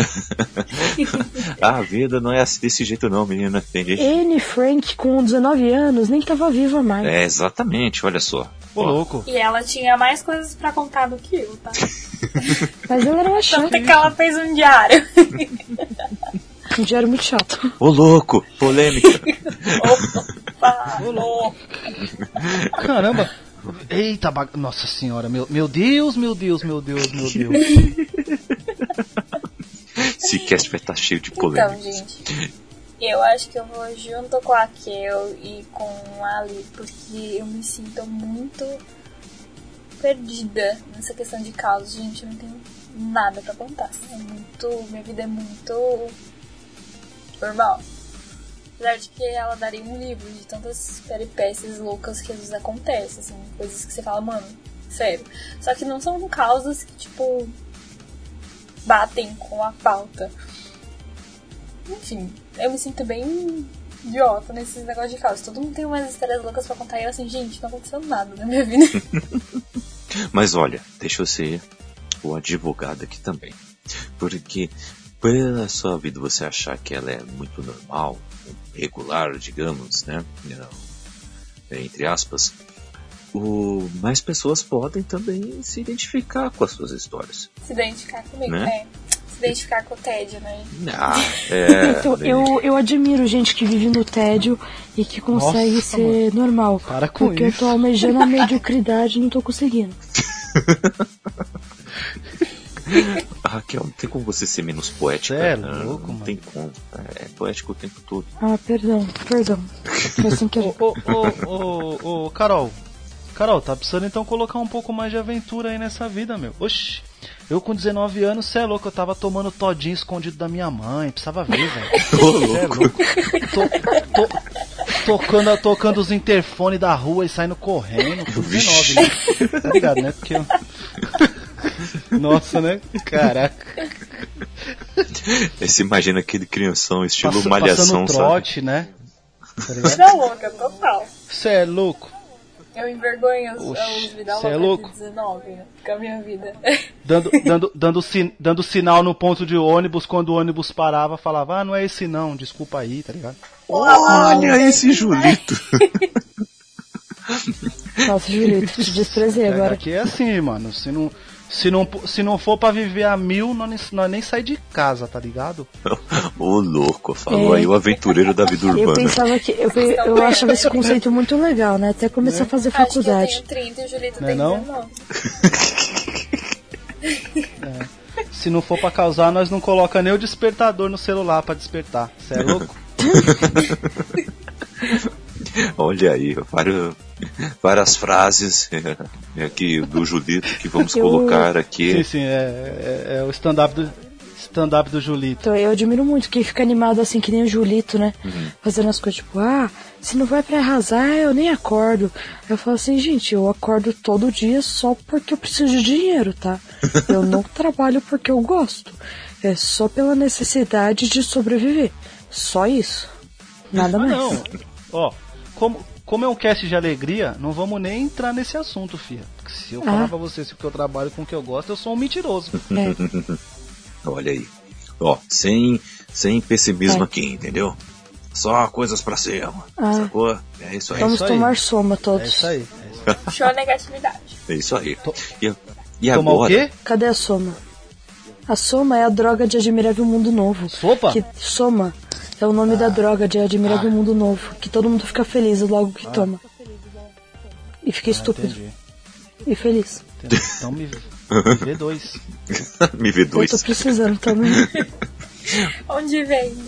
A vida não é assim desse jeito não, menina. Tem gente... Anne Frank, com dezenove anos, nem tava viva mais. É, exatamente, olha só. Ô, Ó, louco. E ela tinha mais coisas pra contar do que eu, tá? Mas ela era uma chata. Tanto que ela fez um diário. Um diário muito chato. Ô louco, polêmica. Opa, louco. Caramba. Eita, bag... nossa senhora, meu, meu Deus, meu Deus, meu Deus, meu Deus. Esse cast vai estar cheio de Então, polêmica. gente, eu acho que eu vou junto com a Kel e com a Ali, porque eu me sinto muito perdida nessa questão de caos. Gente, eu não tenho nada pra contar. É muito, minha vida é muito normal. Apesar de que ela daria um livro de tantas peripécias loucas que às vezes acontecem, assim, coisas que você fala, mano, sério. Só que não são causas que, tipo, batem com a pauta. Enfim, eu me sinto bem idiota nesses negócios de caos. Todo mundo tem umas histórias loucas pra contar e eu assim, gente, não aconteceu nada na minha vida. Mas olha, deixa eu ser o advogado aqui também. Porque pela sua vida você achar que ela é muito normal, regular, digamos, né? Entre aspas, o... mais pessoas podem também se identificar com as suas histórias. Se identificar comigo, né? né? Se identificar com o tédio, né? Ah, é... Então, eu, eu admiro gente que vive no tédio e que consegue Nossa, ser mano. normal. Para com porque isso. eu tô almejando a mediocridade e não tô conseguindo. Raquel, não tem como você ser menos poética. Cê é não, louco, não mano. tem como. É poético o tempo todo. Ah, perdão, perdão. Foi sem querer. Ô, ô, ô, ô, ô, Carol. Carol, tá precisando então colocar um pouco mais de aventura aí nessa vida, meu. Oxi. Eu com dezenove anos, cê é louco, eu tava tomando todinho escondido da minha mãe. Precisava ver, velho. Ô, Cê é louco. Tô, tô, tocando, tocando os interfones da rua e saindo correndo. Com dezenove, né? Tá ligado, né? Porque eu... Nossa, né? Caraca. Aí você imagina aquele crianção estilo Passa, malhação, passando trote, né? Tá ligado? Vida louca, total. Cê é louco. Eu envergonho os, Oxi, os vida cê é louca louco? de dezenove com a minha vida. Dando, dando, dando, sin, dando sinal no ponto de ônibus, quando o ônibus parava, falava, ah, não é esse não, desculpa aí, tá ligado? Olha esse Julito. Nossa, Julito, te desprezei agora. Aqui é assim, mano, se não, se não, se não for pra viver a mil, nós, nós nem sai de casa, tá ligado? Ô louco, falou É. aí o aventureiro da vida Eu urbana. pensava que. Eu, eu achava esse conceito muito legal, né? Até começar a fazer Acho que eu faculdade. tenho trinta e o Julito Não é tem não? dezenove. Se não for pra causar, nós não coloca nem o despertador no celular pra despertar, cê é louco? Olha aí, várias, várias frases é, aqui do Julito que vamos Eu- colocar aqui. Sim, sim, é, é, é o stand-up do, stand-up do Julito. Então, eu admiro muito quem fica animado assim, que nem o Julito, né? Uhum. Fazendo as coisas tipo, ah, se não vai pra arrasar, eu nem acordo. Eu falo assim, gente, eu acordo todo dia só porque eu preciso de dinheiro, tá? Eu não trabalho porque eu gosto. É só pela necessidade de sobreviver. Só isso. Nada Ah, mais. não. Ó, como, como é um cast de alegria, não vamos nem entrar nesse assunto, filha. Porque se eu Ah. falar pra você se que eu trabalho com o que eu gosto, eu sou um mentiroso. É. Olha aí. Ó, sem, sem pessimismo É. aqui, entendeu? Só coisas pra cima. Ah. Sacou? É isso aí. Vamos isso aí. tomar soma É todos. isso aí. É isso aí. Show a negatividade. É isso aí. To- E, e Tomar o agora? quê? Cadê a soma? A soma é a droga de Admirável Mundo Novo. Sopa? Que soma é o nome da droga de Admirável Ah. Mundo Novo. Que todo mundo fica feliz logo que toma. E fica Ah, estúpido. entendi. E feliz. Entendi. Então me, me vê dois. Me vê Eu tô dois. precisando também. Onde vende?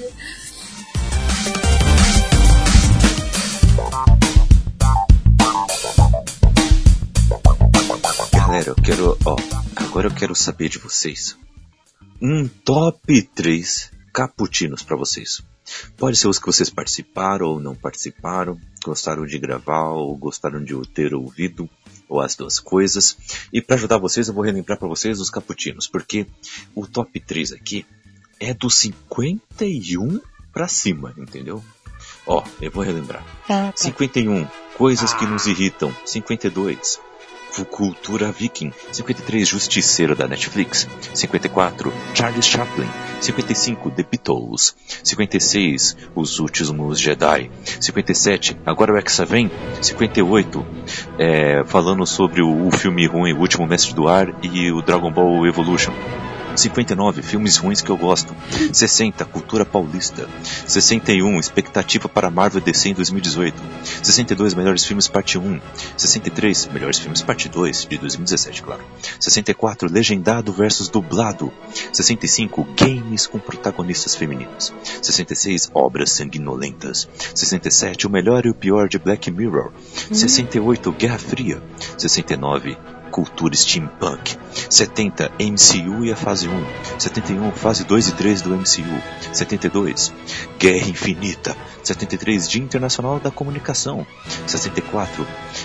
Galera, eu quero, ó, agora eu quero saber de vocês. Um top três caputinos pra vocês. Pode ser os que vocês participaram ou não participaram, gostaram de gravar ou gostaram de ter ouvido, ou as duas coisas. E pra ajudar vocês, eu vou relembrar pra vocês os caputinos, porque o top três aqui é do cinquenta e um pra cima, entendeu? Ó, eu vou relembrar. Ah, tá. cinquenta e um, coisas que nos irritam. cinquenta e dois, cultura viking. cinquenta e três, Justiceiro da Netflix. cinquenta e quatro, Charlie Chaplin. cinquenta e cinco, The Beatles. cinquenta e seis, Os Últimos Jedi. cinquenta e sete, agora o Hexa vem. cinquenta e oito, é, falando sobre o, o filme ruim O Último Mestre do Ar e o Dragon Ball Evolution. cinquenta e nove, filmes ruins que eu gosto. sessenta, cultura paulista. sessenta e um, expectativa para Marvel D C em dois mil e dezoito. sessenta e dois, melhores filmes parte um. sessenta e três, melhores filmes parte dois, de dois mil e dezessete, claro. sessenta e quatro, legendado versus dublado. sessenta e cinco, games com protagonistas femininos. sessenta e seis, obras sanguinolentas. sessenta e sete, o melhor e o pior de Black Mirror. sessenta e oito, Guerra Fria. sessenta e nove, cultura steampunk. setenta, M C U e a fase um. setenta e um, fase dois e três do M C U. setenta e dois, Guerra Infinita. setenta e três, Dia Internacional da Comunicação. sessenta e quatro,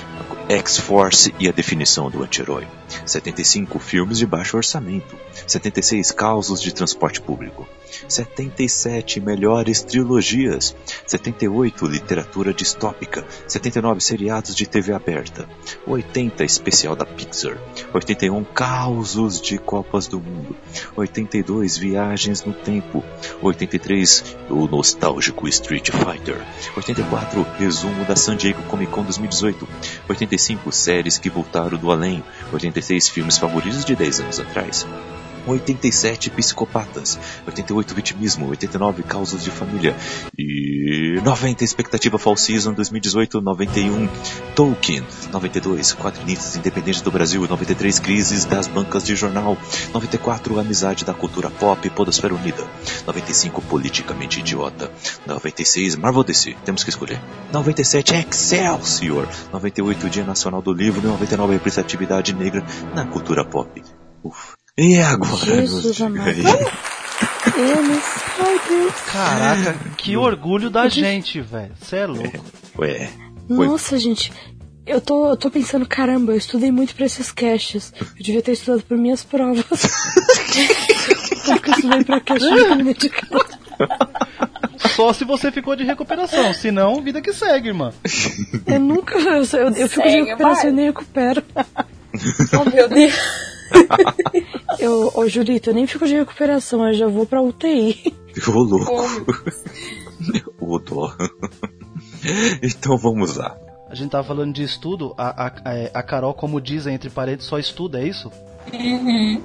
X-Force e a definição do anti-herói. setenta e cinco filmes de baixo orçamento. setenta e seis causos de transporte público. setenta e sete melhores trilogias. setenta e oito literatura distópica. setenta e nove seriados de T V aberta. oitenta especial da Pixar. oitenta e um causos de Copas do Mundo. oitenta e dois viagens no tempo. oitenta e três o nostálgico Street Fighter. oitenta e quatro resumo da San Diego Comic Con dois mil e dezoito. oitenta e cinco séries que voltaram do além. oitenta e seis filmes favoritos de dez anos atrás. oitenta e sete psicopatas, oitenta e oito vitimismo, oitenta e nove causas de família e noventa expectativa Fall Season dois mil e dezoito, noventa e um Tolkien, noventa e dois quadrinistas independentes do Brasil, noventa e três crises das bancas de jornal, noventa e quatro amizade da cultura pop, Podosfera Unida, noventa e cinco politicamente idiota, noventa e seis Marvel D C, temos que escolher, noventa e sete Excelsior, noventa e oito Dia Nacional do Livro, noventa e nove representatividade negra na cultura pop. Ufa. E agora? Jesus amado. Eu não sei. Caraca, que orgulho da gente, velho. Você é louco. Ué. Nossa, gente. Eu tô, eu tô pensando, caramba, eu estudei muito pra esses caches. Eu devia ter estudado por minhas provas. Porque eu estudei pra cache de medical. Só se você ficou de recuperação, senão, vida que segue, irmã. Eu nunca. Eu, eu, eu fico de recuperação e nem recupero. Oh, meu Deus. Eu, ô Julito, eu nem fico de recuperação, eu já vou pra U T I. Ô louco. Ô dó. Então vamos lá. A gente tava falando de estudo, a, a, a Carol, como dizem entre parênteses, só estuda, é isso? Uhum.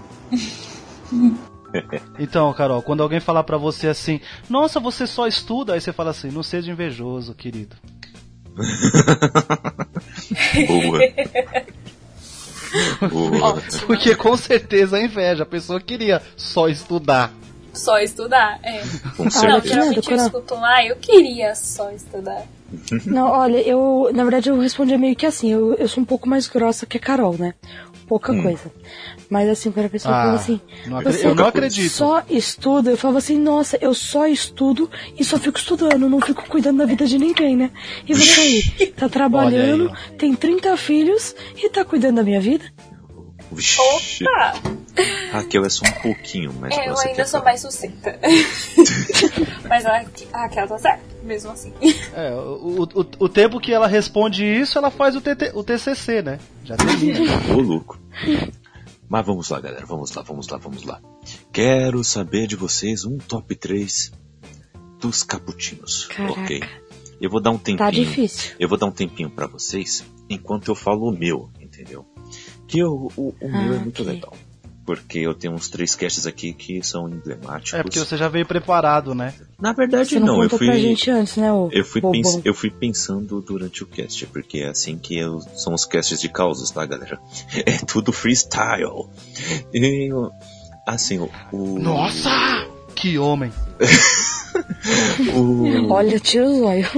Então, Carol, quando alguém falar pra você assim, nossa, você só estuda, aí você fala assim, não seja invejoso, querido. Boa. Boa. Porque com certeza a inveja, a pessoa queria só estudar. Só estudar, é. Com Não, certeza. geralmente eu escuto lá, eu queria só estudar. Não, olha, eu, na verdade eu respondi meio que assim, eu, eu sou um pouco mais grossa que a Carol, né? Pouca hum. coisa. Mas assim, quando a pessoa ah, fala assim, não você eu não acredito. Só estuda, eu falo assim, nossa, eu só estudo e só fico estudando, não fico cuidando da vida de ninguém, né? E você aí, tá trabalhando, aí, tem trinta filhos e tá cuidando da minha vida? Vixe. Opa! Raquel é só um pouquinho mais é, grossa. Eu ainda que sou mais sucinta. Mas a Raquel tá certa, mesmo assim. É, o, o, o tempo que ela responde isso, ela faz o, T T, o T C C, né? Já termina. Ô louco. Mas vamos lá, galera, vamos lá, vamos lá, vamos lá. Quero saber de vocês um top três dos caputinos. Caraca. Ok? Eu vou dar um tempinho. Tá difícil. Eu vou dar um tempinho pra vocês, enquanto eu falo o meu, entendeu? Que o, o, o ah, meu é muito okay. legal. Porque eu tenho uns três casts aqui que são emblemáticos. É porque você já veio preparado, né? Na verdade, você não. não eu contou fui. Pra gente antes, né, ô, eu, fui pens, eu fui pensando durante o cast, porque é assim que eu, são os casts de causas, tá, galera? É tudo freestyle. E, assim, o. o Nossa! Que homem! o... Olha, tira o zóio.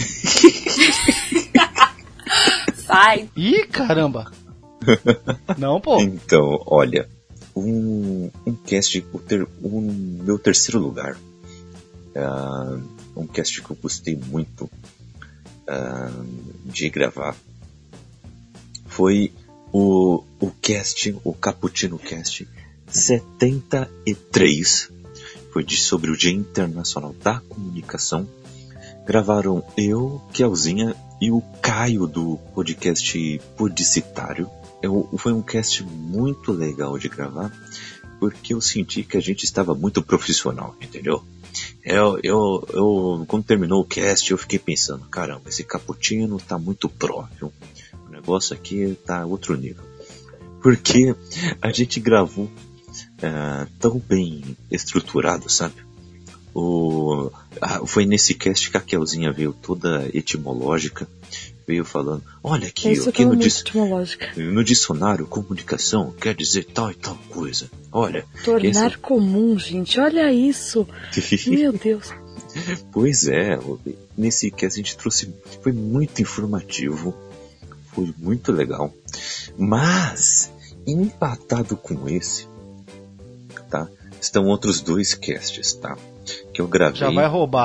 Sai! Ih, caramba! Não, pô. Então, olha, um, um cast, o ter, um, meu terceiro lugar, uh, um cast que eu gostei muito uh, de gravar, foi o, o cast, o Caputino Cast setenta e três, foi de, sobre o Dia Internacional da Comunicação. Gravaram eu, Kelzinha e o Caio do podcast Publicitário. Eu, foi um cast muito legal de gravar, porque eu senti que a gente estava muito profissional, entendeu? Eu, eu, eu, quando terminou o cast, eu fiquei pensando, caramba, esse Caputino tá muito pró, viu? O negócio aqui tá outro nível. Porque a gente gravou uh, tão bem estruturado, sabe? O, a, foi nesse cast que a Kelzinha veio toda etimológica, veio falando, olha aqui, Isso aqui no, dis, etimológica. no dicionário, comunicação quer dizer tal e tal coisa. Olha. Tornar essa... comum, gente, olha isso. Meu Deus. Pois é, nesse cast a gente trouxe, foi muito informativo, foi muito legal, mas empatado com esse, tá? Estão outros dois casts, tá? Que eu gravei. Já vai roubar.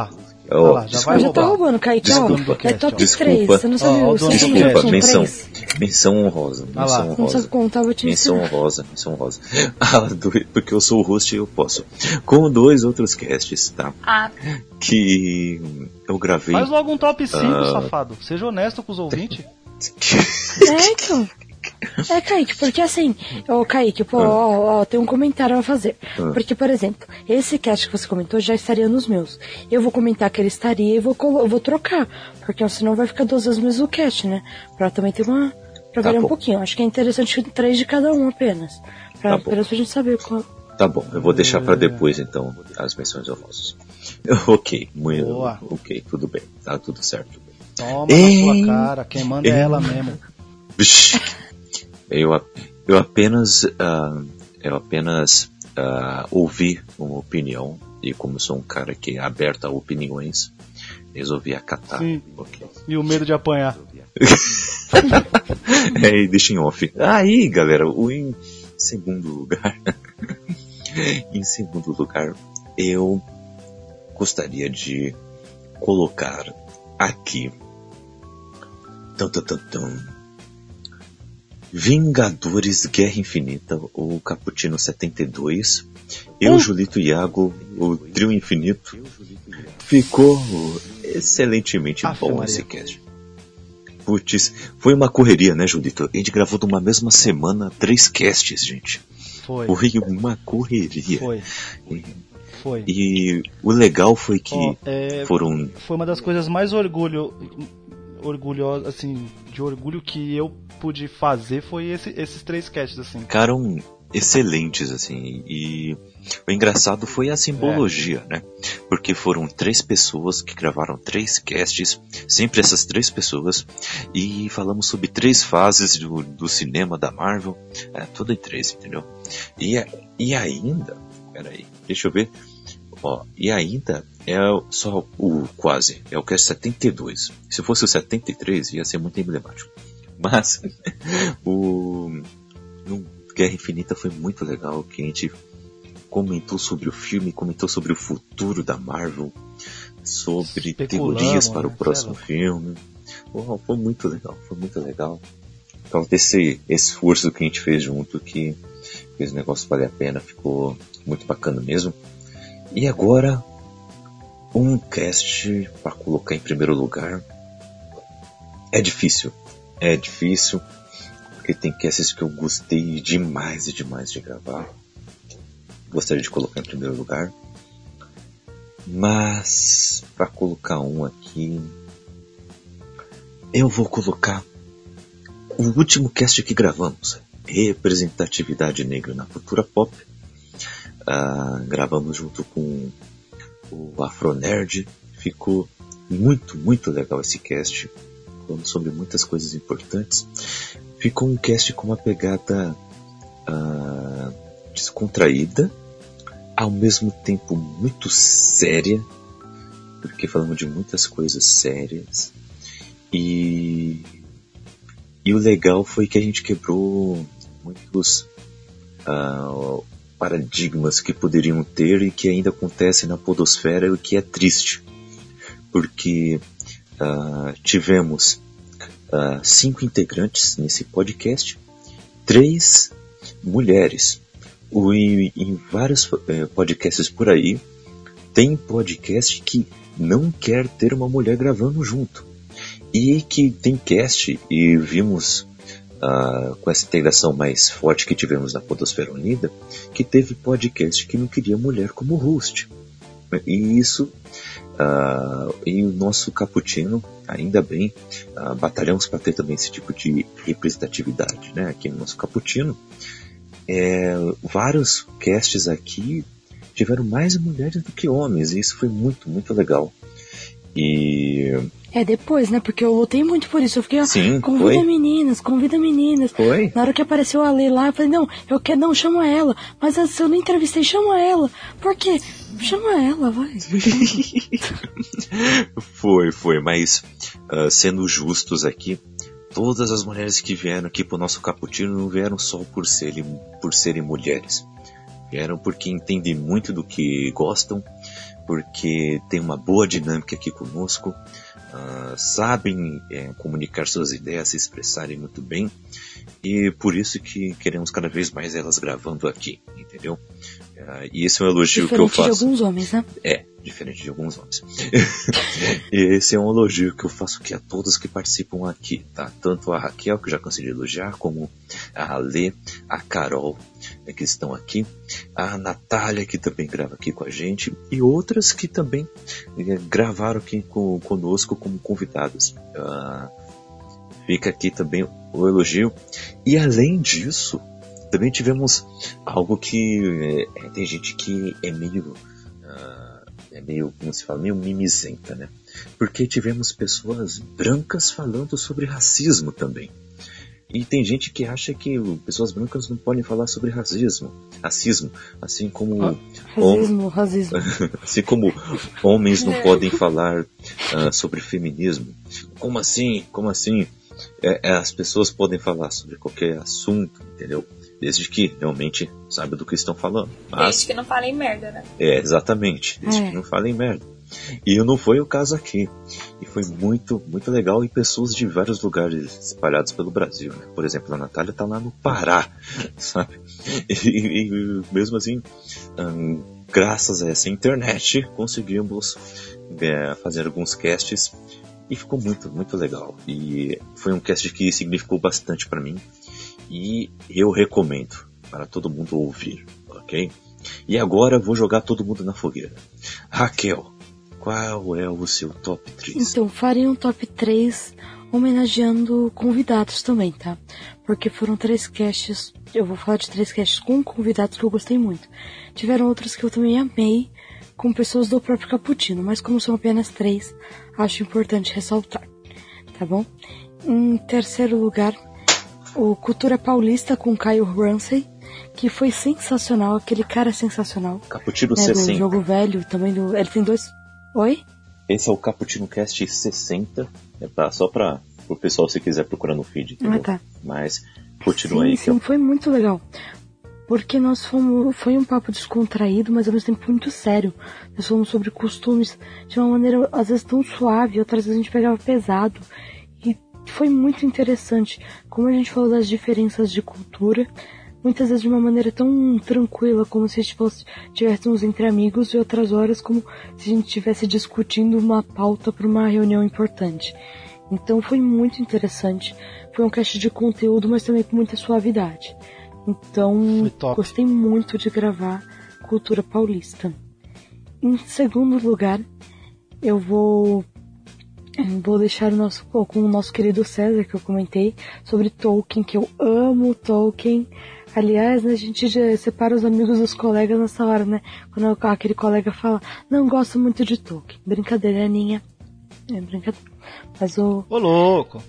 Oh, lá, já desculpa. vai Já tá roubando, Kaique. Ó, Desculpa. é top Desculpa. três. Você não sabe Ó, ó, você dono não do sabe cast. Desculpa, top menção, três. menção honrosa, Ah lá. menção Não sabe honrosa. contar, eu vou te Menção ensinar. honrosa, menção honrosa. Ah, do- porque eu sou o host e eu posso. Com dois outros casts, tá? Ah, Que eu gravei. Faz logo um top cinco, Ah. safado. Seja honesto com os ouvintes. É, então. É, Kaique, porque assim, ô Kaique, pô, ó, ó, tem um comentário a fazer. Porque, por exemplo, esse cast que você comentou já estaria nos meus. Eu vou comentar que ele estaria e vou, colo- vou trocar. Porque senão vai ficar duas vezes o mesmo cast, né? Pra também ter uma. Pra Tá variar um bom. pouquinho. Acho que é interessante três de cada um apenas. Pra, Tá bom. apenas pra gente saber qual. Tá bom, eu vou deixar pra depois então as menções honrosas. Ok, muito. Boa. Ok, tudo bem, tá tudo certo. Toma Ei. na sua cara. Quem manda é Ei. ela mesmo. Vixe. Eu, a- eu apenas, ah, eu apenas ah, ouvi uma opinião e como eu sou um cara que é aberto a opiniões, resolvi acatar. Sim. Ok. E o medo de apanhar. É, e deixa em off. Aí, galera, o em segundo lugar, em segundo lugar, eu gostaria de colocar aqui. Tum, tum, tum, tum. Vingadores Guerra Infinita, o Caputino setenta e dois. Eu, Julito e Iago, o Trio Infinito. Ficou excelentemente Afe bom Maria. esse cast. Putz, foi uma correria, né, Julito? A gente gravou numa mesma semana três casts, gente. Foi. Foi uma correria. Foi. E, Foi. e o legal foi que Ó, é, foram. foi uma das coisas mais orgulho, orgulhoso, assim, de orgulho que eu pude fazer foi esse, esses três casts, assim. Ficaram excelentes, assim, e o engraçado foi a simbologia, né? Porque foram três pessoas que gravaram três casts, sempre essas três pessoas, e falamos sobre três fases do, do cinema da Marvel, é, tudo em três, entendeu? E, e ainda, peraí, deixa eu ver, ó, e ainda é só o quase, é o cast setenta e dois, se fosse o setenta e três ia ser muito emblemático, mas o... no Guerra Infinita foi muito legal, que a gente comentou sobre o filme, comentou sobre o futuro da Marvel, sobre Especulamos, teorias para o né? próximo Sei lá. filme. Uau, foi muito legal, foi muito legal. Então desse esforço que a gente fez junto, que fez o negócio valer a pena, ficou muito bacana mesmo. E agora, um cast para colocar em primeiro lugar. É difícil, é difícil. Porque tem casts que eu gostei demais e demais de gravar. Gostaria de colocar em primeiro lugar. Mas, para colocar um aqui, eu vou colocar o último cast que gravamos. Representatividade negra na cultura pop. Ah, gravamos junto com o Afronerd. Ficou muito, muito legal esse cast. Falamos sobre muitas coisas importantes. Ficou um cast com uma pegada uh, descontraída, ao mesmo tempo muito séria, porque falamos de muitas coisas sérias. E, e o legal foi que a gente quebrou muitos uh, paradigmas que poderiam ter e que ainda acontecem na podosfera, e o que é triste, porque uh, tivemos Uh, cinco integrantes nesse podcast, três mulheres. O, em, em vários uh, podcasts por aí, tem podcast que não quer ter uma mulher gravando junto. E que tem cast, e vimos uh, com essa integração mais forte que tivemos na Podosfera Unida, que teve podcast que não queria mulher como host. E isso, uh, e o nosso Caputino, ainda bem, uh, batalhamos para ter também esse tipo de representatividade, né? Aqui no nosso Caputino, é, vários casts aqui tiveram mais mulheres do que homens, e isso foi muito, muito legal. E... É depois, né? Porque eu lutei muito por isso. Eu fiquei, ó, Sim, convida foi. meninas, convida meninas. Foi? Na hora que apareceu a Lei lá, eu falei, não, eu quero, não, chama ela. Mas se eu não entrevistei, chama ela. Por quê? Chama ela, vai. Foi, foi, mas uh, sendo justos aqui, todas as mulheres que vieram aqui pro nosso Caputino não vieram só por serem, por serem mulheres. Vieram porque entendem muito do que gostam porque tem uma boa dinâmica aqui conosco, uh, sabem é, comunicar suas ideias, se expressarem muito bem, e por isso que queremos cada vez mais elas gravando aqui, entendeu? Uh, e esse é um elogio diferente que eu faço. De alguns homens, né? É, diferente de alguns homens. E esse é um elogio que eu faço aqui a todos que participam aqui, tá? Tanto a Raquel, que eu já cansei de elogiar, como a Alê, a Carol, né, que estão aqui, a Natália, que também grava aqui com a gente, e outras que também eh, gravaram aqui com, conosco como convidadas. Uh, fica aqui também o elogio. E além disso, também tivemos algo que é, tem gente que é meio, uh, é meio, como se fala, meio mimizenta, né? Porque tivemos pessoas brancas falando sobre racismo também. E tem gente que acha que pessoas brancas não podem falar sobre racismo, racismo, assim como ah, racismo, hom- racismo. assim como homens não podem falar uh, sobre feminismo. Como assim? Como assim? É, é, as pessoas podem falar sobre qualquer assunto, entendeu? Desde que realmente saibam do que estão falando. Mas, desde que não falem merda, né? É, exatamente. Desde é. que não falem merda. E não foi o caso aqui. E foi muito, muito legal. E pessoas de vários lugares espalhados pelo Brasil, né? Por exemplo, a Natália tá lá no Pará, sabe? E, e mesmo assim, hum, graças a essa internet, conseguimos é, fazer alguns casts. E ficou muito, muito legal. E foi um cast que significou bastante para mim. E eu recomendo para todo mundo ouvir, ok? E agora vou jogar todo mundo na fogueira. Raquel, qual é o seu top três? Então, farei um top três homenageando convidados também, tá? Porque foram três casts, eu vou falar de três casts com convidados que eu gostei muito. Tiveram outros que eu também amei, com pessoas do próprio Cappuccino, mas como são apenas três, acho importante ressaltar, tá bom? Em terceiro lugar, o Cultura Paulista com Caio Ramsey, que foi sensacional, aquele cara sensacional. Cappuccino né, sessenta. Do jogo velho, também do... Ele tem dois... Oi? Esse é o Cappuccino Cast sessenta, é pra, só pra o pessoal se quiser procurar no feed, entendeu? Ah, tá. Mas continua sim, aí. Sim, eu... foi muito legal. Porque nós fomos... Foi um papo descontraído, mas ao mesmo tempo muito sério. Nós falamos sobre costumes de uma maneira, às vezes, tão suave, outras vezes a gente pegava pesado. E foi muito interessante. Como a gente falou das diferenças de cultura, muitas vezes de uma maneira tão tranquila, como se estivéssemos entre amigos, e outras horas como se a gente estivesse discutindo uma pauta para uma reunião importante. Então foi muito interessante. Foi um cast de conteúdo, mas também com muita suavidade. Então gostei muito de gravar Cultura Paulista. Em segundo lugar, eu vou vou deixar o nosso, com o nosso querido César, que eu comentei, sobre Tolkien, que eu amo Tolkien. Aliás, né, a gente já separa os amigos dos colegas nessa hora, né? Quando aquele colega fala, não gosto muito de Tolkien. Brincadeira, Aninha. É brincadeira. Mas o... Ô, louco!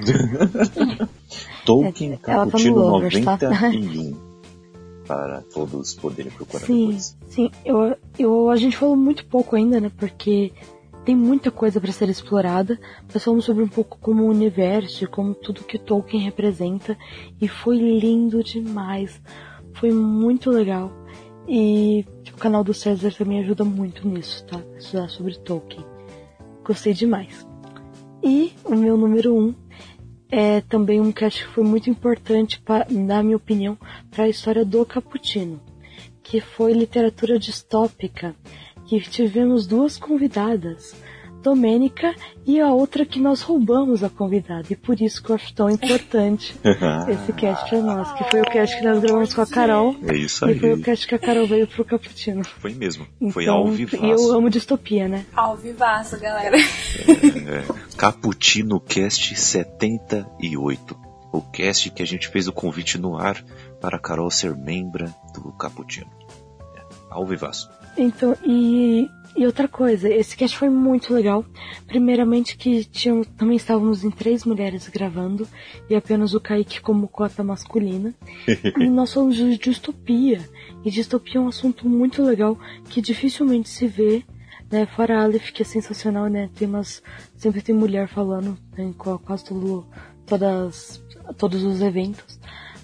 Tolkien, é, Cappuccino tá Lovers, noventa tá? e um. Para todos poderem procurar sim, depois. Sim, eu, eu, a gente falou muito pouco ainda, né? Porque tem muita coisa para ser explorada. Nós falamos sobre um pouco como o universo, como tudo que Tolkien representa. E foi lindo demais. Foi muito legal. E o canal do César também ajuda muito nisso, tá? Estudar sobre Tolkien. Gostei demais. E o meu número um é também um cast que foi muito importante, pra, na minha opinião, para a história do Cappuccino, que foi literatura distópica, que tivemos duas convidadas, Domênica e a outra que nós roubamos a convidada, e por isso que eu acho tão importante esse cast pra nós, que foi o cast que nós gravamos com a Carol. É isso aí. E foi o cast que a Carol veio pro Cappuccino. Foi mesmo, então, foi ao vivaço. E eu amo distopia, né? Ao vivaço, galera. É, é, Cappuccino Cast setenta e oito. O cast que a gente fez o convite no ar para a Carol ser membra do Cappuccino. É, ao vivaço. Então, e... E outra coisa, esse cast foi muito legal. Primeiramente que tinham, também estávamos em três mulheres gravando, e apenas o Kaique como cota masculina. E nós falamos de distopia. E distopia é um assunto muito legal que dificilmente se vê, né? Fora a Aleph, que é sensacional, né? Tem umas, sempre tem mulher falando, né? Em quase todo, todas, todos os eventos.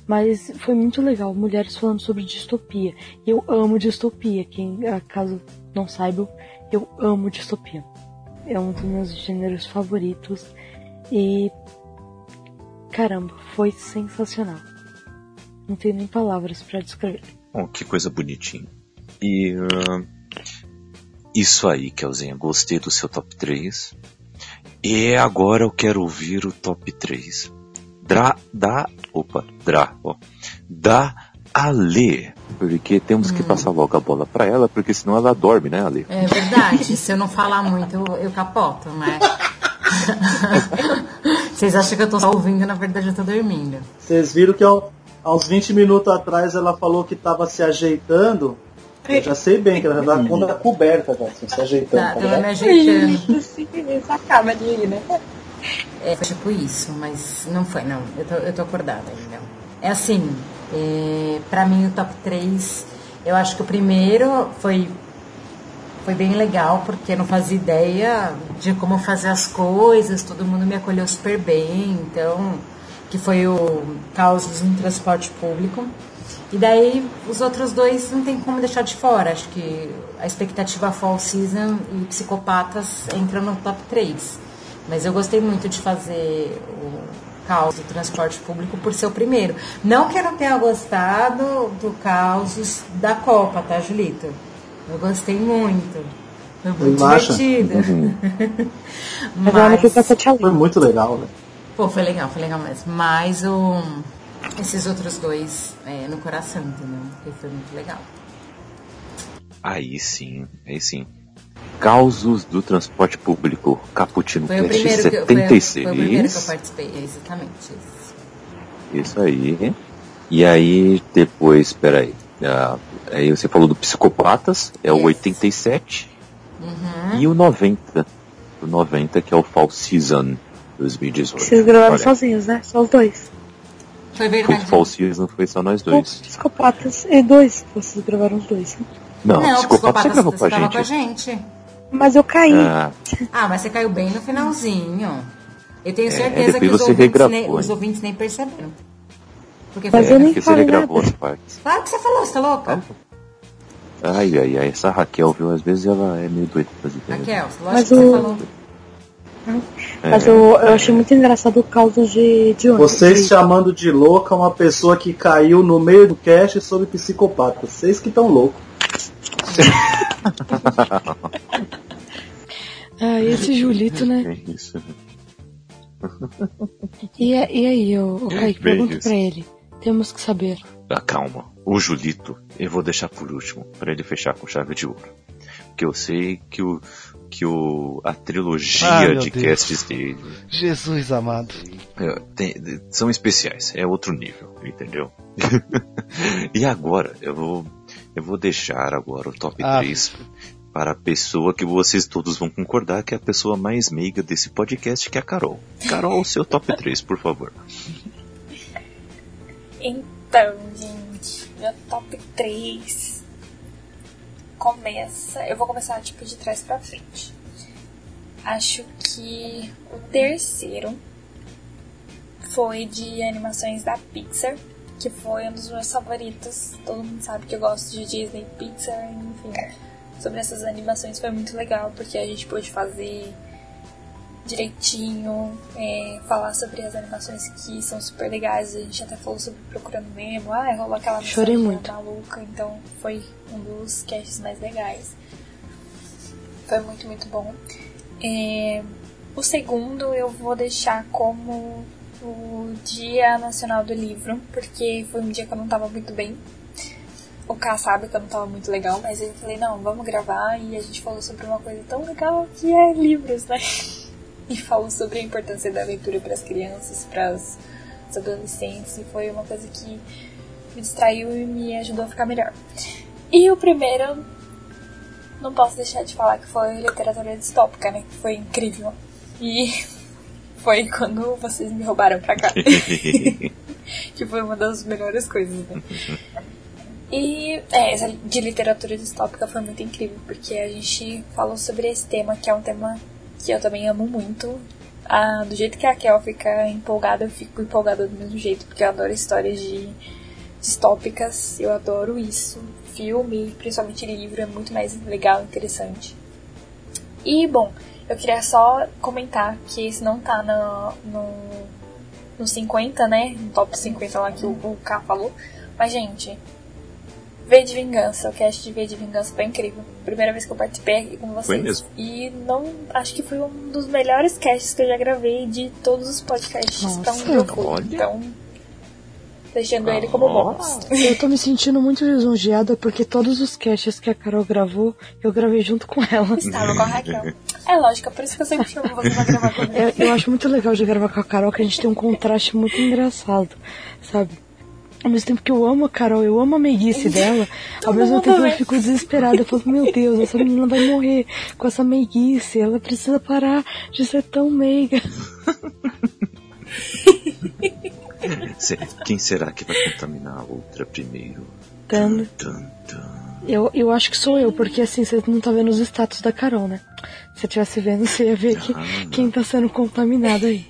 Mas foi muito legal, mulheres falando sobre distopia. Eu amo distopia, quem caso não saiba, eu amo distopia. É um dos meus gêneros favoritos e caramba, foi sensacional. Não tenho nem palavras pra descrever. Oh, que coisa bonitinha. E uh, isso aí, Kelzinha, gostei do seu top três. E agora eu quero ouvir o top três. Dra, da, opa, Dra, ó, da Ale. Porque temos que hum. passar logo a bola pra ela, porque senão ela dorme, né, Ale? É verdade, se eu não falar muito, eu, eu capoto, né? Vocês acham que eu tô só ouvindo, na verdade eu tô dormindo. Vocês viram que há uns vinte minutos atrás ela falou que tava se ajeitando. Eu já sei bem que ela já tá com a coberta, já, assim, se ajeitando. Tá, tá me ajeitando. Isso acaba de ir, né? É, foi tipo isso, mas não foi, não. Eu tô, eu tô acordada ainda. É assim, é, pra mim o top três, eu acho que o primeiro foi, foi bem legal, porque eu não fazia ideia de como fazer as coisas, todo mundo me acolheu super bem, então, que foi o Causos no Transporte Público. E daí, os outros dois não tem como deixar de fora. Acho que a expectativa Fall Season e Psicopatas entram no top três. Mas eu gostei muito de fazer o Caos do Transporte Público por ser o primeiro. Não que eu não tenha gostado do Causos da Copa, tá, Julito? Eu gostei muito. Foi muito divertido. Uhum. Mas... Foi muito legal, né? Pô, foi legal, foi legal mesmo. Mas o... esses outros dois é, no coração, entendeu? Porque foi muito legal. Aí sim, aí sim. Causos do Transporte Público, Cappuccino foi Cast setenta e seis. Foi, foi o primeiro que eu participei, exatamente isso. Isso aí. E aí, depois, peraí. Uh, aí você falou do Psicopatas, é yes. O oitenta e sete. Uhum. E o noventa. O noventa, que é o Fall Season dois mil e dezoito. Vocês gravaram sozinhos, né? Só os dois. Foi verdade. Foi Fall Season, foi só nós dois. Os Psicopatas e dois. Vocês gravaram os dois. Né? Não, Não, Psicopatas, Psicopatas você gravou com a, com a gente. Mas eu caí. Ah, ah, mas você caiu bem no finalzinho. Eu tenho é, certeza que os ouvintes, nem, os ouvintes nem perceberam. Porque mas eu nem porque falei você regravou nada. As partes. Claro que você falou, você tá louca? Ah, ai, ai, ai, essa Raquel, viu? Às vezes ela é meio doida pra fazer. Raquel, lógico mas que o... você falou. Mas é, eu, eu achei muito engraçado o caso de, de ônibus. Vocês chamando de louca uma pessoa que caiu no meio do cast sobre psicopata. Vocês que estão loucos. Ah, esse Julito, né? É isso. E, e aí, o Kaique, pergunta pra ele. Temos que saber. Ah, calma. O Julito, eu vou deixar por último, pra ele fechar com chave de ouro. Porque eu sei que o que o a trilogia ah, de Deus. casts dele, Jesus amado, é, tem, são especiais, é outro nível, entendeu? E agora eu vou eu vou deixar agora o top ah. três para a pessoa que vocês todos vão concordar que é a pessoa mais meiga desse podcast, que é a Carol. Carol, o seu top três, por favor. Então, gente, meu top três começa... Eu vou começar, tipo, de trás pra frente. Acho que o terceiro foi de animações da Pixar, que foi um dos meus favoritos. Todo mundo sabe que eu gosto de Disney, Pixar, enfim. Sobre essas animações foi muito legal, porque a gente pôde fazer direitinho, é, falar sobre as animações que são super legais. A gente até falou sobre Procurando Nemo, ah, rolou aquela Chorei muito. maluca, então foi um dos casts mais legais. Foi muito, muito bom. É, o segundo eu vou deixar como o Dia Nacional do Livro, porque foi um dia que eu não tava muito bem. O K sabe que eu não tava muito legal, mas eu falei, não, vamos gravar, e a gente falou sobre uma coisa tão legal que é livros, né? E falou sobre a importância da leitura para as crianças, para os adolescentes, e foi uma coisa que me distraiu e me ajudou a ficar melhor. E o primeiro, não posso deixar de falar que foi literatura distópica, né? Que foi incrível. E foi quando vocês me roubaram pra cá. Que foi uma das melhores coisas, né? E é, essa de literatura distópica foi muito incrível, porque a gente falou sobre esse tema, que é um tema que eu também amo muito. ah, do jeito que a Kel fica empolgada, eu fico empolgada do mesmo jeito, porque eu adoro histórias de distópicas, eu adoro isso. Filme, principalmente livro, é muito mais legal e interessante. E, bom, eu queria só comentar que esse não tá no, no, no cinquenta, né? No top cinquenta lá que o, o K falou. Mas, gente, V de Vingança, o cast de V de Vingança foi incrível. Primeira vez que eu participei aqui com vocês. Foi mesmo. E não, acho que foi um dos melhores casts que eu já gravei de todos os podcasts. Nossa, então, eu fui. Então, deixando ele como bônus. Eu tô me sentindo muito lisonjeada porque todos os casts que a Carol gravou, eu gravei junto com ela. Estava com a Raquel. É lógico, é por isso que eu sempre chamo você pra gravar comigo. Eu, eu acho muito legal de gravar com a Carol, que a gente tem um contraste muito engraçado, sabe? Ao mesmo tempo que eu amo a Carol, eu amo a meiguice dela, ao mesmo tempo eu fico desesperada. Eu falo, meu Deus, essa menina vai morrer com essa meiguice, ela precisa parar de ser tão meiga. Quem será que vai contaminar a outra primeiro? Tando. Tum, tum. Eu, eu acho que sou eu, porque assim, você não tá vendo os status da Carol, né? Se eu estivesse vendo, você ia ver que, Ah, quem tá sendo contaminado aí.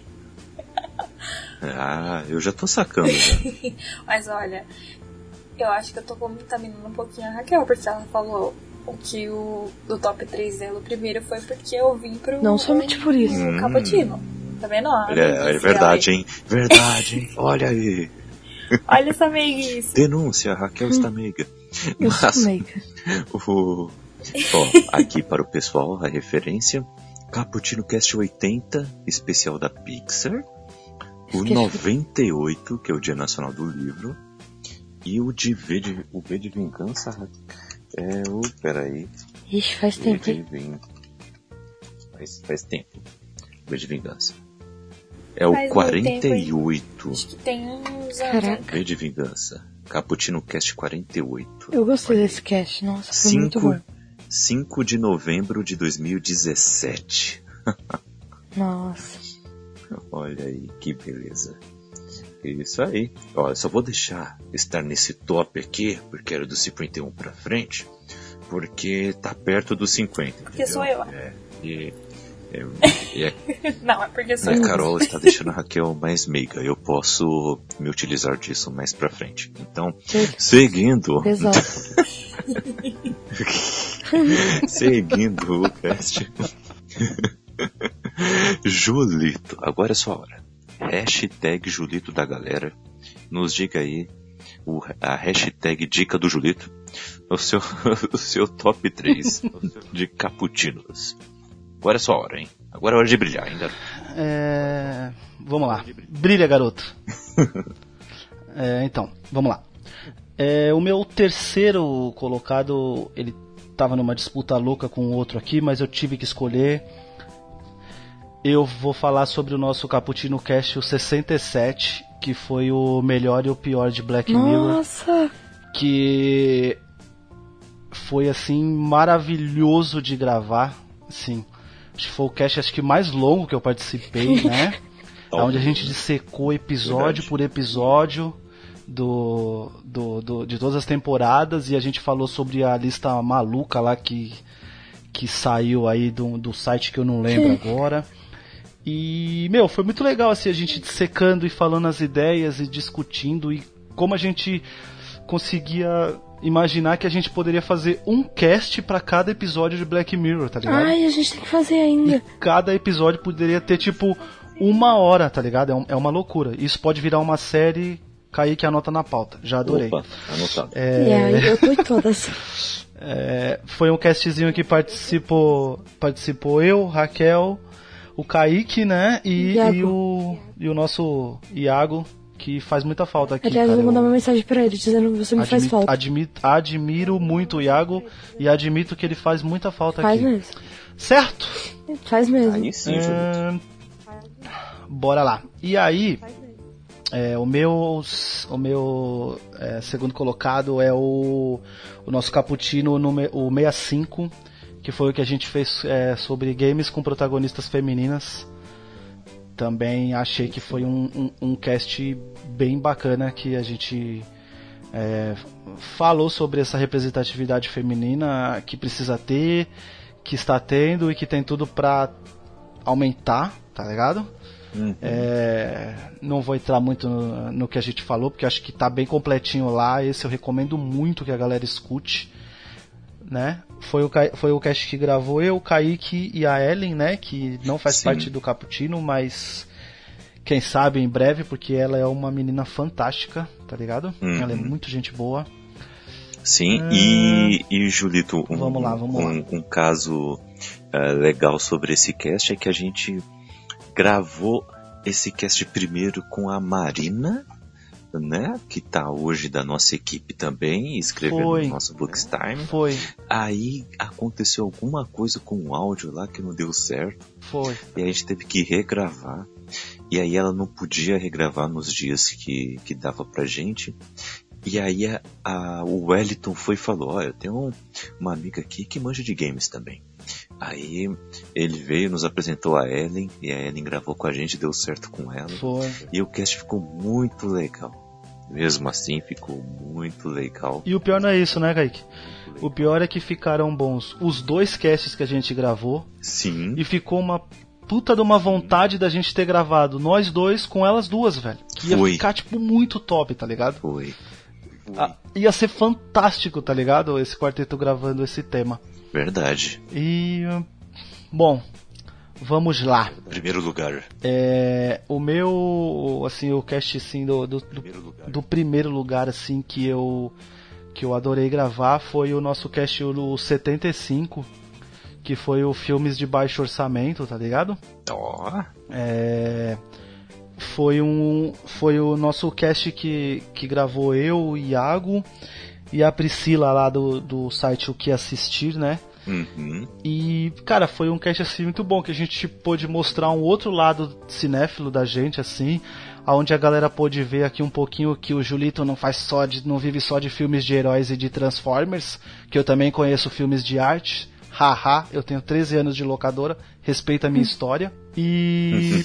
Ah, eu já tô sacando já. Mas olha, eu acho que eu tô contaminando um pouquinho a Raquel, porque ela falou o que o do top três dela, o primeiro foi porque eu vim pro... Não somente por isso. Hum. Cappuccino. Tá vendo? Ó, É, é verdade, hein? Verdade, hein? Olha aí. Olha essa meiguice. Denúncia, a Raquel está meiga. Eu Mas, sou meiga. o, ó, aqui para o pessoal, a referência: Cappuccino Cast oitenta, especial da Pixar. O Esqueci. noventa e oito, que é o Dia Nacional do Livro. E o de V de, o V de Vingança é o... Peraí. Ixi, faz V tempo, de hein? Vin... faz, faz tempo. V de Vingança. É o Faz muito quarenta e tempo, oito. Acho que tem uns anos. Caraca. V de Vingança. Cappuccino Cast quarenta e oito. Eu gostei desse cast, nossa, foi muito bom. cinco de novembro de dois mil e dezessete. Nossa. Olha aí, que beleza. Isso aí. Olha, só vou deixar estar nesse top aqui, porque era do cinquenta e um pra frente, porque tá perto dos cinquenta. Porque entendeu? sou eu. É, e, é, e é, Não, é porque sou a eu. Carol está deixando a Raquel mais meiga. Eu posso me utilizar disso mais pra frente. Então, seguindo. Exato. Seguindo o cast. Julito, agora é sua hora. Hashtag Julito da galera. Nos diga aí o, a hashtag Dica do Julito. O seu, o seu top três de cappuccinos. Agora é sua hora, hein? Agora é hora de brilhar, hein, garoto? É... Vamos lá. Brilha, garoto. É, então, vamos lá. É, o meu terceiro colocado, ele tava numa disputa louca com o outro aqui, mas eu tive que escolher. Eu vou falar sobre o nosso Cappuccino Cast, o sessenta e sete, que foi o melhor e o pior de Black Mirror. Nossa! Que foi, assim, maravilhoso de gravar. Assim, acho que foi o cast acho que mais longo que eu participei, né? Onde a gente dissecou episódio Verdade. por episódio do, do, do, de todas as temporadas. E a gente falou sobre a lista maluca lá que, que saiu aí do, do site que eu não lembro agora. E, meu, foi muito legal assim, a gente dissecando e falando as ideias e discutindo, e como a gente conseguia imaginar que a gente poderia fazer um cast pra cada episódio de Black Mirror, tá ligado? Ai, a gente tem que fazer ainda. E cada episódio poderia ter tipo uma hora, tá ligado? É, um, é uma loucura. Isso pode virar uma série. Kaique anota na pauta, já adorei. Opa, anotado. É, É... eu tô em todas. É, foi um castzinho que participou, participou eu, Raquel, o Kaique, né? E, Iago. e, o, e o nosso Iago, que faz muita falta aqui. Aliás, cara. eu vou mandar Eu uma mensagem pra ele dizendo que você me faz admi- falta. admi- admiro muito o Iago e admito que ele faz muita falta Faz aqui. mesmo. Certo? Faz mesmo. Aí sim, Julito. É, bora lá. E aí, é, o meu, o meu é, segundo colocado é o, o nosso Cappuccino, número, o sessenta e cinco, que foi o que a gente fez é, sobre games com protagonistas femininas. Também achei que foi um, um, um cast bem bacana, que a gente é, falou sobre essa representatividade feminina que precisa ter, que está tendo e que tem tudo para aumentar, tá ligado? Uhum. É, não vou entrar muito no, no que a gente falou, porque acho que tá bem completinho lá. Esse eu recomendo muito que a galera escute, né? Foi o, foi o cast que gravou eu, o Kaique e a Ellen, né? Que não faz Sim. parte do Cappuccino, mas quem sabe em breve, porque ela é uma menina fantástica, tá ligado? Uhum. Ela é muito gente boa. Sim, Ah, e, e Julito, um, vamos lá, vamos um, lá. um caso uh, legal sobre esse cast é que a gente gravou esse cast primeiro com a Marina, né? Que tá hoje da nossa equipe também, escrevendo Foi. no nosso Bookstime. Foi, Aí aconteceu alguma coisa com o áudio lá que não deu certo. foi. E a gente teve que regravar. E aí ela não podia regravar nos dias que, que dava pra gente. E aí a, a, o Wellington foi e falou, olha, tem um, uma amiga aqui que manja de games também. Aí ele veio, nos apresentou a Ellen, e a Ellen gravou com a gente, deu certo com ela. Foi. E o cast ficou muito legal. Mesmo assim, ficou muito legal. E o pior não é isso, né, Kaique? O pior é que ficaram bons os dois casts que a gente gravou. Sim. E ficou uma puta de uma vontade da gente ter gravado nós dois com elas duas, velho. Que ia Foi. ficar, tipo, muito top, tá ligado? Foi. Foi. Ah, ia ser fantástico, tá ligado? Esse quarteto gravando esse tema. Verdade. E... bom, vamos lá. Primeiro lugar. É, o meu, assim, o cast, assim, do, do, do, Primeiro lugar. do primeiro lugar, assim, que eu, que eu adorei gravar foi o nosso cast, o setenta e cinco, que foi o Filmes de Baixo Orçamento, tá ligado? Ó. É, foi um, foi o nosso cast que, que gravou eu, o Iago e a Priscila lá do, do site O Que Assistir, né? Uhum. E, cara, foi um cast assim muito bom, que a gente pôde mostrar um outro lado cinéfilo da gente, assim, onde a galera pôde ver aqui um pouquinho que o Julito não faz só de, não vive só de filmes de heróis e de Transformers, que eu também conheço filmes de arte. Haha, eu tenho treze anos de locadora, respeita a minha história. E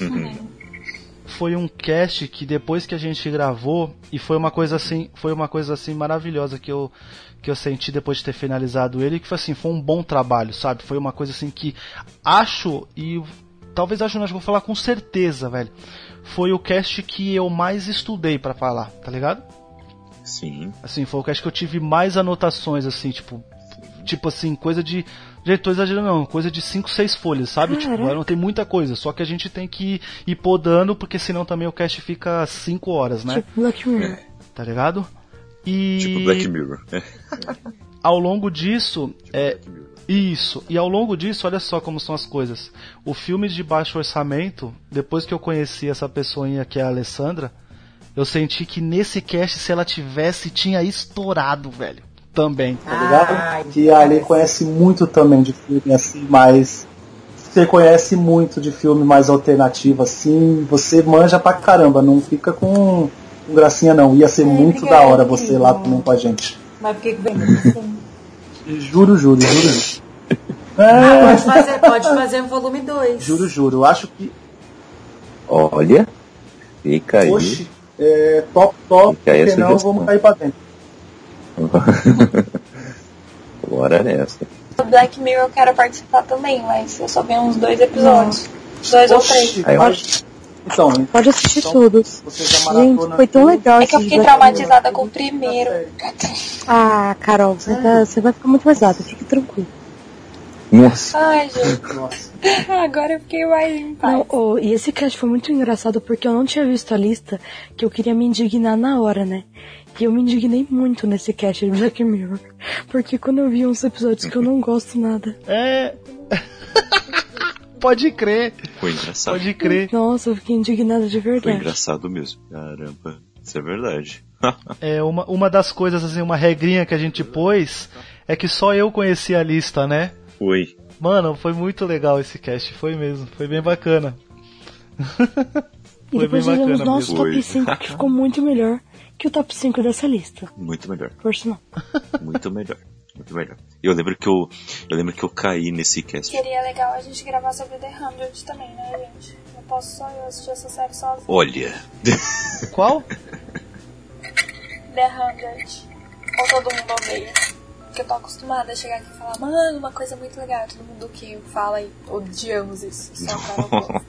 foi um cast que depois que a gente gravou, e foi uma coisa assim, foi uma coisa assim maravilhosa que eu que eu senti depois de ter finalizado ele, que foi assim, foi um bom trabalho, sabe? Foi uma coisa assim que acho, e talvez acho, não, acho que vou falar com certeza, velho. Foi o cast que eu mais estudei pra falar, tá ligado? Sim. Assim, foi o cast que eu tive mais anotações, assim, tipo, tipo assim, coisa de, gente, tô exagerando não, coisa de cinco, seis folhas, sabe? Caraca. Tipo, não tem muita coisa, só que a gente tem que ir podando, porque senão também o cast fica cinco horas, né? Tipo Black Mirror. Tá ligado? E Tipo Black Mirror. ao longo disso, é, isso, e ao longo disso, olha só como são as coisas. O filme de baixo orçamento, depois que eu conheci essa pessoinha que é a Alessandra, eu senti que nesse cast, se ela tivesse, tinha estourado, velho. Também. Tá ligado? Ai, Que a Ali conhece muito também de filme assim, mas você conhece muito de filme mais alternativo assim, você manja pra caramba, não fica com, com gracinha não. Ia ser É, muito fica da hora aí, você não. lá também com a gente. Mas por que que vem assim? Juro, juro, juro, juro. Ah, É, pode fazer, pode fazer um volume dois. juro, juro. Eu acho que, Olha. Fica aí. oxe, é, top, top, Fica aí a porque não, sugestão. vamos cair pra dentro. Bora nessa. Do Black Mirror eu quero participar também, mas eu só vi uns dois episódios. Dois ou três. Oxi, Aí eu pode- Então, Pode assistir então, todos. você já Gente, maratona foi tão tudo. legal É que eu esse fiquei Black Mirror. traumatizada com o primeiro. Ah, Carol, você, tá- você vai ficar muito mais rápido, fique tranquilo. Nossa. Ai, gente. Nossa. Agora eu fiquei mais em paz. Não, oh, e esse cast foi muito engraçado porque eu não tinha visto a lista, que eu queria me indignar na hora, né? E eu me indignei muito nesse cast de Black Mirror. Porque quando eu vi uns episódios que eu não gosto nada. É. Pode crer, Foi engraçado. pode crer. Nossa, eu fiquei indignada de Foi verdade. engraçado mesmo. Caramba. Isso é verdade. É, uma, uma das coisas, assim, uma regrinha que a gente pôs é que só eu conhecia a lista, né? Foi. Mano, foi muito legal esse cast, foi mesmo, foi bem bacana. E Foi bem depois fizemos bacana nosso mesmo. top Foi. cinco, que ficou muito melhor que o top cinco dessa lista. Muito melhor. Por sinal. Muito melhor. Muito melhor. Eu lembro que eu, eu lembro que eu caí nesse cast. Seria legal a gente gravar sobre The hundred também, né, gente? Não posso só eu assistir essa série sozinha. Olha. Qual? The hundred. Ou todo mundo odeia. que eu tô acostumada a chegar aqui e falar, mano, uma coisa muito legal. Todo mundo que fala e odiamos isso. Só o cara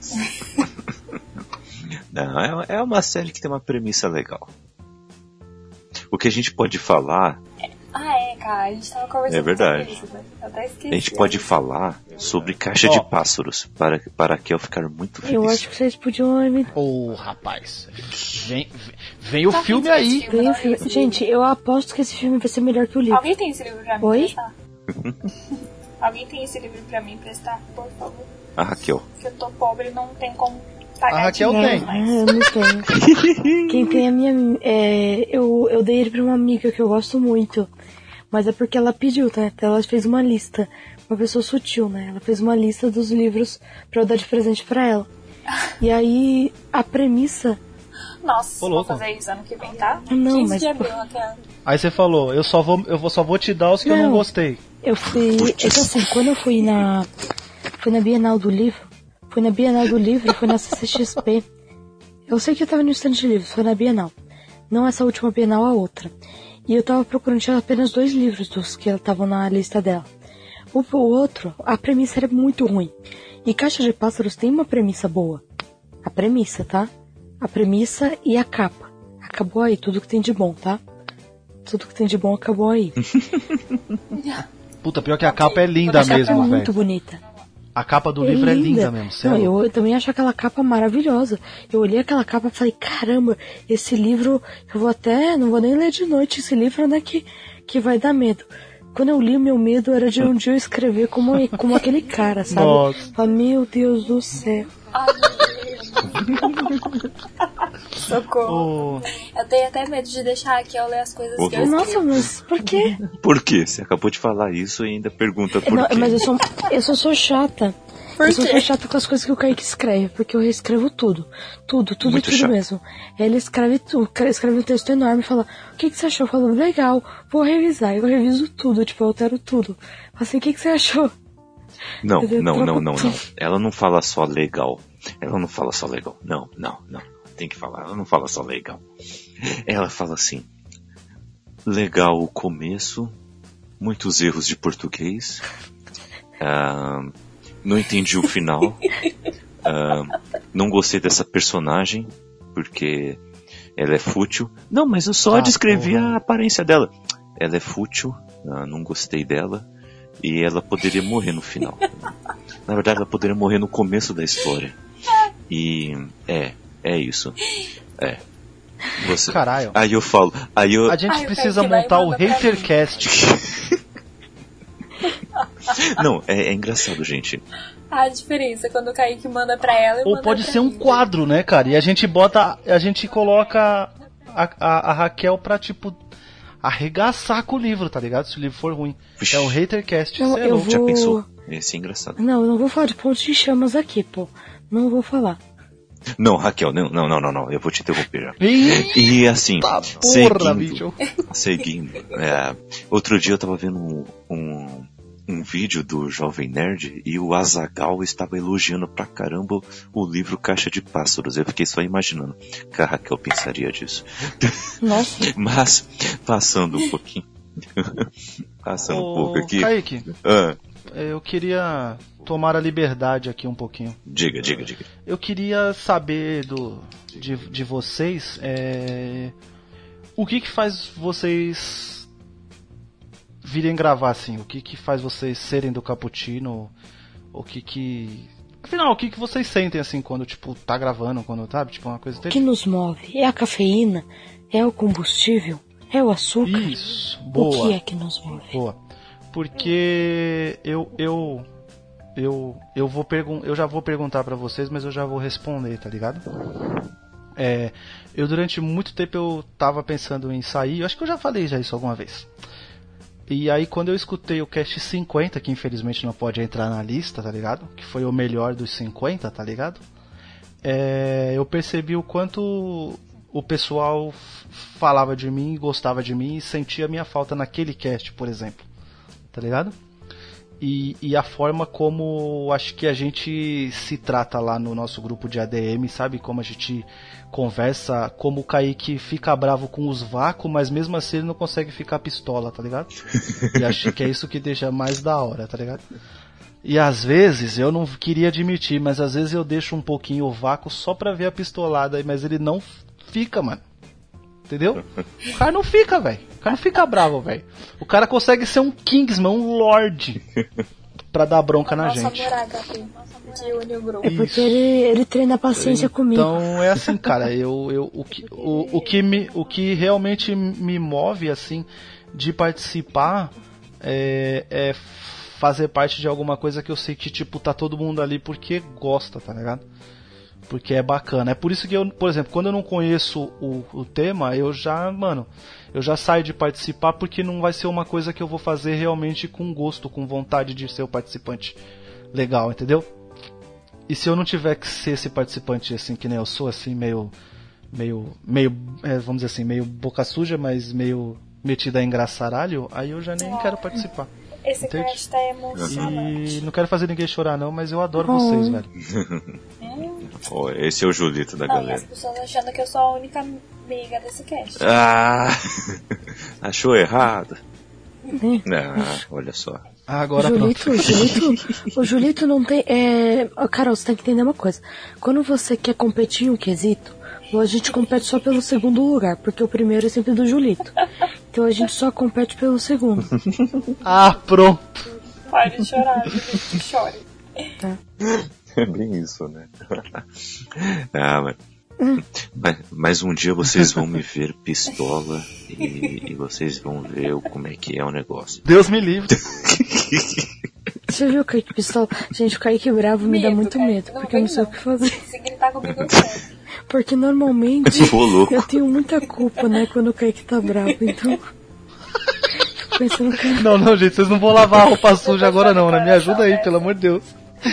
Não, é, é uma série que tem uma premissa legal. O que a gente pode falar... Ah, é, cara, a gente tava conversando É verdade. sobre isso, né? Eu até esqueci. A gente pode falar sobre Caixa de Pássaros, para, para Raquel ficar muito feliz. Eu acho que vocês podiam... Ô, oh, rapaz, vem, vem, vem o filme aí. Vem o filme. Gente, eu aposto que esse filme vai ser melhor que o livro. Alguém tem esse livro pra mim Oi? emprestar? Alguém tem esse livro pra mim emprestar, por favor? A Raquel. Porque eu tô pobre e não tenho como pagar. A Raquel dinheiro, tem. mas- Ah, eu não tenho. Quem tem é a minha... É, eu, eu dei ele pra uma amiga que eu gosto muito. Mas é porque ela pediu, tá? Então ela fez uma lista. Uma pessoa sutil, né? Ela fez uma lista dos livros pra eu dar de presente pra ela. E aí, a premissa... Nossa, Ô, vou louco. fazer isso ano que vem, tá? Não, quinze mas- de abril, Raquel. Aí você falou, eu só vou, eu vou, só vou te dar os que eu não Não. gostei. Eu fui... É que assim, quando eu fui na... Fui na Bienal do Livro... Fui na Bienal do Livro, fui na C C X P. Eu sei que eu tava no stand de livros, foi na Bienal. Não essa última Bienal, a outra. E eu tava procurando, tinha apenas dois livros dos que estavam na lista dela. O, o outro, a premissa era muito ruim. E Caixa de Pássaros tem uma premissa boa. A premissa, tá? A premissa e a capa. Acabou aí, tudo que tem de bom, tá? Tudo que tem de bom acabou aí. Puta, pior que a capa é linda A capa é mesmo, muito velho. bonita. A capa do livro é linda mesmo, Não, sério. eu, eu também acho aquela capa maravilhosa. Eu olhei aquela capa e falei, caramba, esse livro, eu vou até, não vou nem ler de noite, esse livro é que, que vai dar medo. Quando eu li, meu medo era de um dia eu escrever como, como aquele cara, sabe? Nossa. Falei, meu Deus do céu. Ai, socorro. Ô, Eu tenho até medo de deixar aqui eu ler as coisas Ô, que eu Nossa, escrevo. mas por quê? Por quê? Você acabou de falar isso e ainda pergunta por Não, quê. mas eu sou, eu só sou chata. Por eu só quê? sou chata com as coisas que o Kaique escreve, porque eu reescrevo tudo. Tudo, tudo, Muito tudo chato. mesmo. Ele escreve tudo, escreve um texto enorme e fala, o que, que você achou? Eu falo, legal, vou revisar. Eu reviso tudo, tipo, eu altero tudo. Eu falo assim, o que, que você achou? Não, Eu não, não, troco não, tudo. não. Ela não fala só legal. Ela não fala só legal. Não, não, não. Tem que falar. Ela não fala só legal. Ela fala assim: legal o começo, muitos erros de português. Ah, não entendi o final. Ah, não gostei dessa personagem porque ela é fútil. Não, mas eu só Ah, descrevi porra. a aparência dela. Ela é fútil. Ah, não gostei dela. E ela poderia morrer no final. Na verdade, ela poderia morrer no começo da história. E é, é isso. É. Você. Caralho. Aí eu falo, aí eu. A gente Ai, precisa Kaique, vai, montar o manda pra mim. Hatercast. Não, é, é engraçado, gente. A diferença quando o Kaique manda pra ela e Ou manda pode pra ser um mim. quadro, né, cara? E a gente bota, a gente coloca a, a, a Raquel pra, tipo, arregaçar com o livro, tá ligado? Se o livro for ruim. Vixe. É o Hatercast. Não, Cê é eu louco. Já vou- pensou? Esse é engraçado. Não, eu não vou falar de pontos de chamas aqui, pô. Não vou falar. Não, Raquel, não, não, não, não, não. Eu vou te interromper já. Ih, E assim, Tá porra, seguindo, bicho. seguindo. É, outro dia eu tava vendo um, um, um vídeo do Jovem Nerd e o Azaghal estava elogiando pra caramba o livro Caixa de Pássaros. Eu fiquei só imaginando que a Raquel pensaria disso. Nossa. Mas, passando um pouquinho. passando um pouco aqui. Kaique, Ah, eu queria tomar a liberdade aqui um pouquinho. diga, diga, diga. Eu queria saber do, de, de vocês é, o que que faz vocês virem gravar assim? O que que faz vocês serem do Cappuccino? O que que... Afinal, o que que vocês sentem assim quando, tipo, tá gravando, quando, sabe? Tipo, uma coisa... O que nos move? É a cafeína? É o combustível? É o açúcar? Isso, O boa. que é que nos move? Boa. Porque eu eu eu eu vou pergun eu já vou perguntar pra vocês, mas eu já vou responder, tá ligado? É, eu durante muito tempo eu tava pensando em sair, eu acho que eu já falei já isso alguma vez. E aí quando eu escutei o cast cinquenta, que infelizmente não pode entrar na lista, tá ligado? Que foi o melhor dos cinquenta, tá ligado? É, eu percebi o quanto o pessoal f- falava de mim, gostava de mim e sentia a minha falta naquele cast, por exemplo. Tá ligado? E, e a forma como acho que a gente se trata lá no nosso grupo de A D M, sabe? Como a gente conversa, como o Kaique fica bravo com os vácuos, mas mesmo assim ele não consegue ficar pistola, tá ligado? E acho que é isso que deixa mais da hora, tá ligado? E às vezes, eu não queria admitir, mas às vezes eu deixo um pouquinho o vácuo só pra ver a pistolada, mas ele não fica, mano. Entendeu? O cara não fica, velho. O cara não fica bravo, velho. O cara consegue ser um Kingsman, um Lorde, pra dar bronca na gente. É porque ele, ele treina a paciência então, comigo. Então é assim, cara. Eu, eu, o, que, o, o, que me, o que realmente me move, assim, de participar é, é fazer parte de alguma coisa que eu sei que, tipo, tá todo mundo ali porque gosta, tá ligado? Porque é bacana. É por isso que eu, por exemplo, quando eu não conheço o, o tema, eu já, mano, eu já saio de participar porque não vai ser uma coisa que eu vou fazer realmente com gosto, com vontade de ser o participante legal, entendeu? E se eu não tiver que ser esse participante assim, que nem eu sou, assim, meio, meio, meio, é, vamos dizer assim, meio boca suja, mas meio metido a engraçaralho, aí eu já nem quero participar. Esse cast tá emocionante. E não quero fazer ninguém chorar não, mas eu adoro oh. vocês, velho. Oh, esse é o Julito da não, galera. E as pessoas achando que eu sou a única amiga desse cast. Ah, achou errado. Ah, olha só. Agora Julito, pronto. Julito, o Julito não tem... É... Carol, você tem que entender uma coisa. Quando você quer competir em um quesito, a gente compete só pelo segundo lugar, porque o primeiro é sempre do Julito. Então a gente só compete pelo segundo. Ah, pronto. Pode chorar, Julito, chore. Tá. É bem isso, né? Ah, mas... Mas, mas um dia vocês vão me ver pistola e, e vocês vão ver como é que é o negócio. Deus me livre. Você viu o Kaique pistola? Gente, o Kaique bravo me medo, dá muito medo, não, porque eu não sei não. o que fazer. Se gritar comigo, eu sei. Porque normalmente Pô, eu tenho muita culpa, né, quando o Kaique tá bravo, então... Fico pensando que... Não, não, gente, vocês não vão lavar a roupa suja agora não, né? Me ajuda aí, pelo amor de Deus.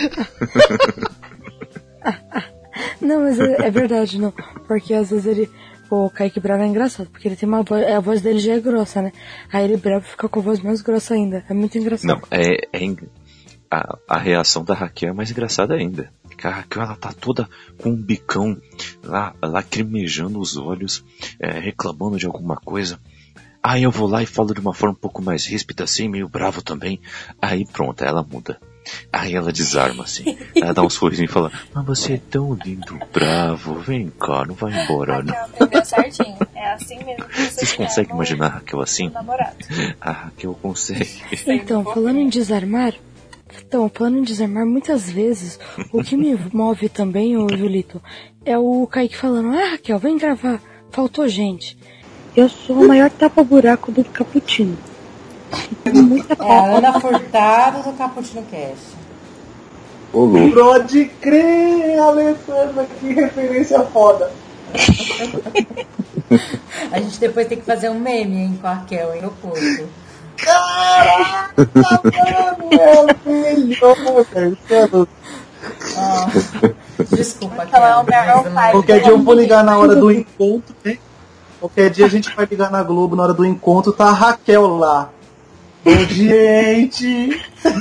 Não, mas é, é verdade, não. Porque às vezes ele... Pô, o Kaique bravo é engraçado, porque ele tem uma voz... A voz dele já é grossa, né? Aí ele bravo fica com a voz mais grossa ainda. É muito engraçado. Não, é... é a, a reação da Raquel é mais engraçada ainda. Porque a Raquel, ela tá toda com um bicão lá, lacrimejando os olhos, é, reclamando de alguma coisa. Aí eu vou lá e falo de uma forma um pouco mais ríspida, assim, meio bravo também. Aí pronto, ela muda. Aí ela desarma, assim. Ela dá um sorrisinho e fala: mas você é tão lindo, bravo, vem cá, não vai embora, não. Raquel entendeu certinho. É assim mesmo que você Vocês conseguem imaginar a Raquel assim? Namorado. A Raquel consegue. Então, falando em desarmar... Então, falando em desarmar, muitas vezes, o que me move também, ô Julito, é o Kaique falando: ah, Raquel, vem gravar, faltou gente. Eu sou o maior tapa-buraco do Cappuccino. Muita é a Ana Furtado do Cappuccino Cast. Ô, pode crer, Alessandra, que referência foda. A gente depois tem que fazer um meme, hein, com a Raquel, hein, no corpo. Caraca, mano, é o melhor, velho. Oh, desculpa, Raquel. Qualquer dia eu vou ligar na hora do encontro, né? Qualquer dia a gente vai ligar na Globo na hora do encontro, tá a Raquel lá. Bom dia, gente!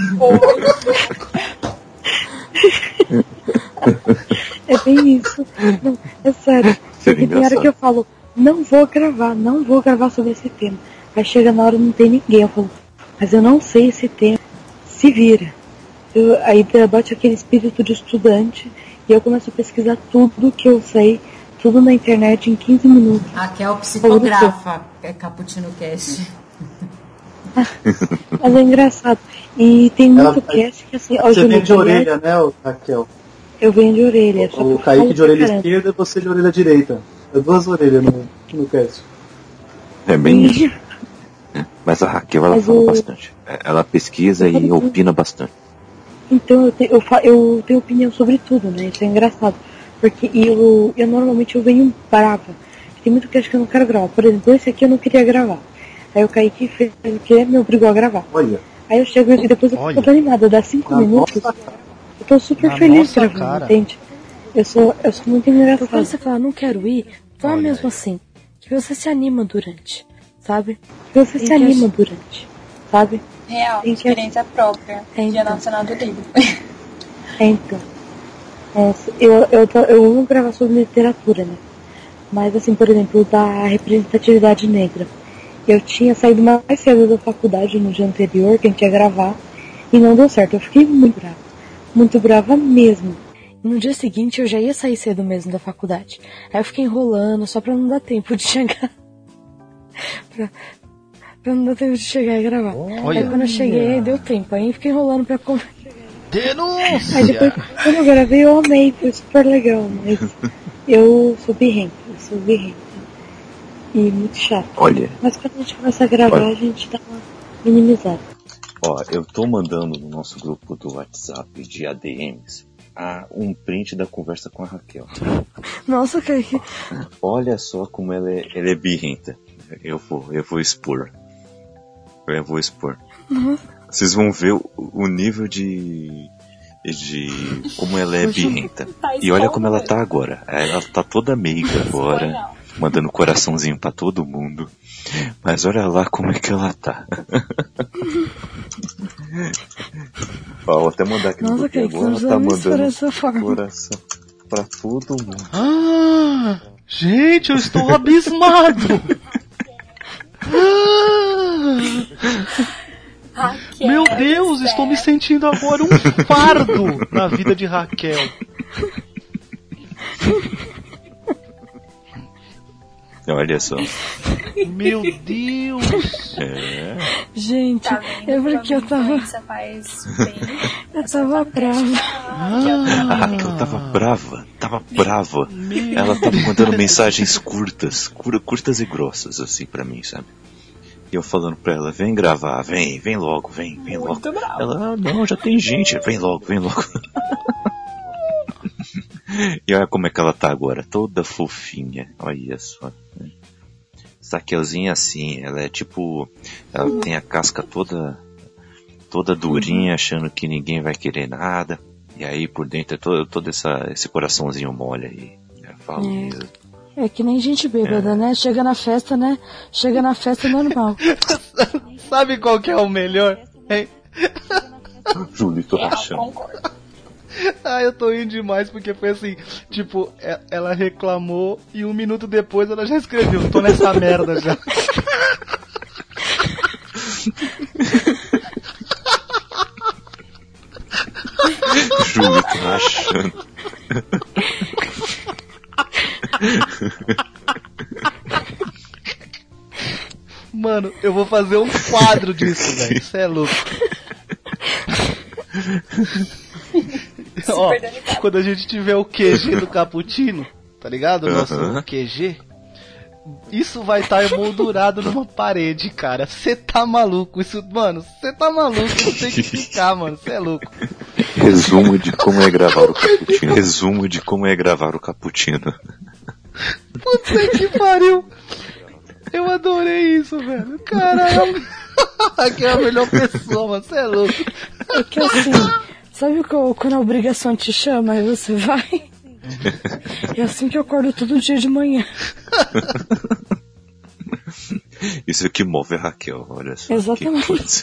É bem isso. Não, é sério. Porque tem hora que eu falo: não vou gravar, não vou gravar sobre esse tema. Aí chega na hora e não tem ninguém. Eu falo: mas eu não sei esse tema. Se vira. Eu, aí bate aquele espírito de estudante e eu começo a pesquisar tudo que eu sei, tudo na internet em quinze minutos. Raquel psicografa, é Cappuccino Cast. Mas é engraçado. E tem muito Ela, cast que assim... Você vem de orelha, né, Raquel? Eu venho de orelha. O, o Kaique de orelha esquerda e você de orelha direita. É duas orelhas no, no cast. É bem isso. Mas a Raquel, ela Mas fala o... bastante. Ela pesquisa e opina bastante. Então eu, te, eu, fa, eu tenho opinião sobre tudo, né? Isso é engraçado. Porque eu, eu normalmente eu venho brava. Tem muito cast que eu não quero gravar. Por exemplo, esse aqui eu não queria gravar. Aí o Kaique fez o que me obrigou a gravar. Olha. Aí eu chego e depois eu fico toda animada. Dá cinco Na minutos. Nossa, eu tô super Na feliz nossa gravando, cara. entende? Eu sou, eu sou muito engraçada. Quando você fala: não quero ir, vá mesmo assim. Que você se anima durante, sabe? Que você se anima durante, sabe? Real, Tem que- experiência própria. É, Dia então. Nacional do Livro. É, então. É, eu, eu, tô- eu amo gravar sobre literatura, né? Mas, assim, por exemplo, da representatividade negra. Eu tinha saído mais cedo da faculdade no dia anterior, que a gente ia gravar, e não deu certo. Eu fiquei muito brava. Muito brava mesmo. No dia seguinte eu já ia sair cedo mesmo da faculdade. Aí eu fiquei enrolando só pra não dar tempo de chegar. pra, pra não dar tempo de chegar e gravar. Olha. Aí quando eu cheguei, aí deu tempo. Aí eu fiquei enrolando pra comer. Denúncia! Aí depois, quando eu gravei, eu amei, foi super legal, mas eu sou birrenta, eu sou birrenta. E muito chato. Olha, Mas quando a gente começa a gravar, Olha. a gente dá uma minimizada. ó, eu tô mandando no nosso grupo do WhatsApp de A D Ms a, um print da conversa com a Raquel. Nossa, Kaique. Olha só como ela é, ela é birrenta. Eu vou, eu vou expor. Eu vou expor. Vocês vão ver o, o nível de, de como ela é birrenta. Tá E olha expondo como ela mesmo. tá agora. Ela tá toda meiga agora, Espanhol. mandando coraçãozinho pra todo mundo. Mas olha lá como é que ela tá. Ó, vou até mandar aqui no Nossa, grupo Kaique, agora. não Ela tá precisa me expor mandando dessa forma. coração pra todo mundo. Ah, gente, eu estou abismado! Ah, Raquel, meu Deus, estou me sentindo agora um fardo na vida de Raquel. Olha só. Meu Deus! É. Gente, Tá vendo? é porque eu Quando a tava, influência faz bem. eu tava brava. A Raquel tava brava, tava brava. Ela tava mandando mensagens curtas, cur- curtas e grossas, assim, pra mim, sabe? E eu falando pra ela, vem gravar, vem, vem logo, vem, vem logo. Muito bravo. Ela, ah, não, já tem gente, vem logo, vem logo. E olha como é que ela tá agora, toda fofinha, olha só. Raquelzinha assim, ela é tipo, ela tem a casca toda, toda durinha, achando que ninguém vai querer nada. E aí por dentro é todo, todo essa, esse coraçãozinho mole aí. Eu falo É. mesmo. É que nem gente bêbada, né? Chega na festa, né? Chega na festa normal. Sabe qual que é o melhor? Hein? Julito Real, rachando. concordo. Ah, eu tô rindo demais porque foi assim, tipo, e- ela reclamou e um minuto depois ela já escreveu, tô nessa merda já. Julito rachando. Mano, eu vou fazer um quadro disso, velho. Isso é louco. Ó, Super delicado. quando a gente tiver o Q G do Cappuccino, tá ligado? O nosso Aham. Q G. Isso vai estar emoldurado numa parede, cara. Você tá maluco? Isso, mano, você tá maluco? Não tem que explicar, mano. Você é louco. Resumo de como é gravar o cappuccino. Resumo de como é gravar o cappuccino. Puta que pariu. Eu adorei isso, velho. Caralho. Aqui é a melhor pessoa, mano. Você é louco. É que assim, sabe qual- quando a obrigação te chama e você vai? É assim que eu acordo todo dia de manhã. Isso é que move a Raquel, olha só. Exatamente. Que coisa.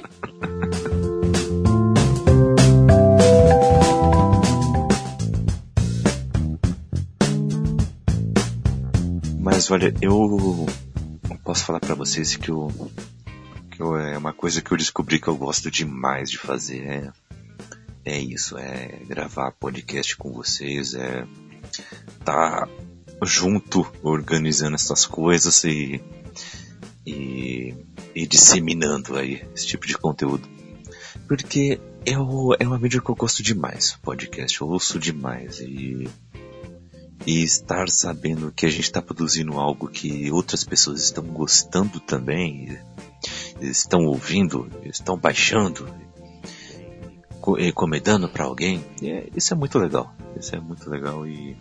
Mas olha, eu posso falar pra vocês que, eu, que eu, é uma coisa que eu descobri que eu gosto demais de fazer. É, é isso, é gravar podcast com vocês, é tá junto organizando essas coisas e, e, e disseminando aí esse tipo de conteúdo. Porque é, o, é uma mídia que eu gosto demais, podcast, eu ouço demais e... E estar sabendo que a gente está produzindo algo que outras pessoas estão gostando também, estão ouvindo, estão baixando, recomendando para alguém, é, isso é muito legal. Isso é muito legal e,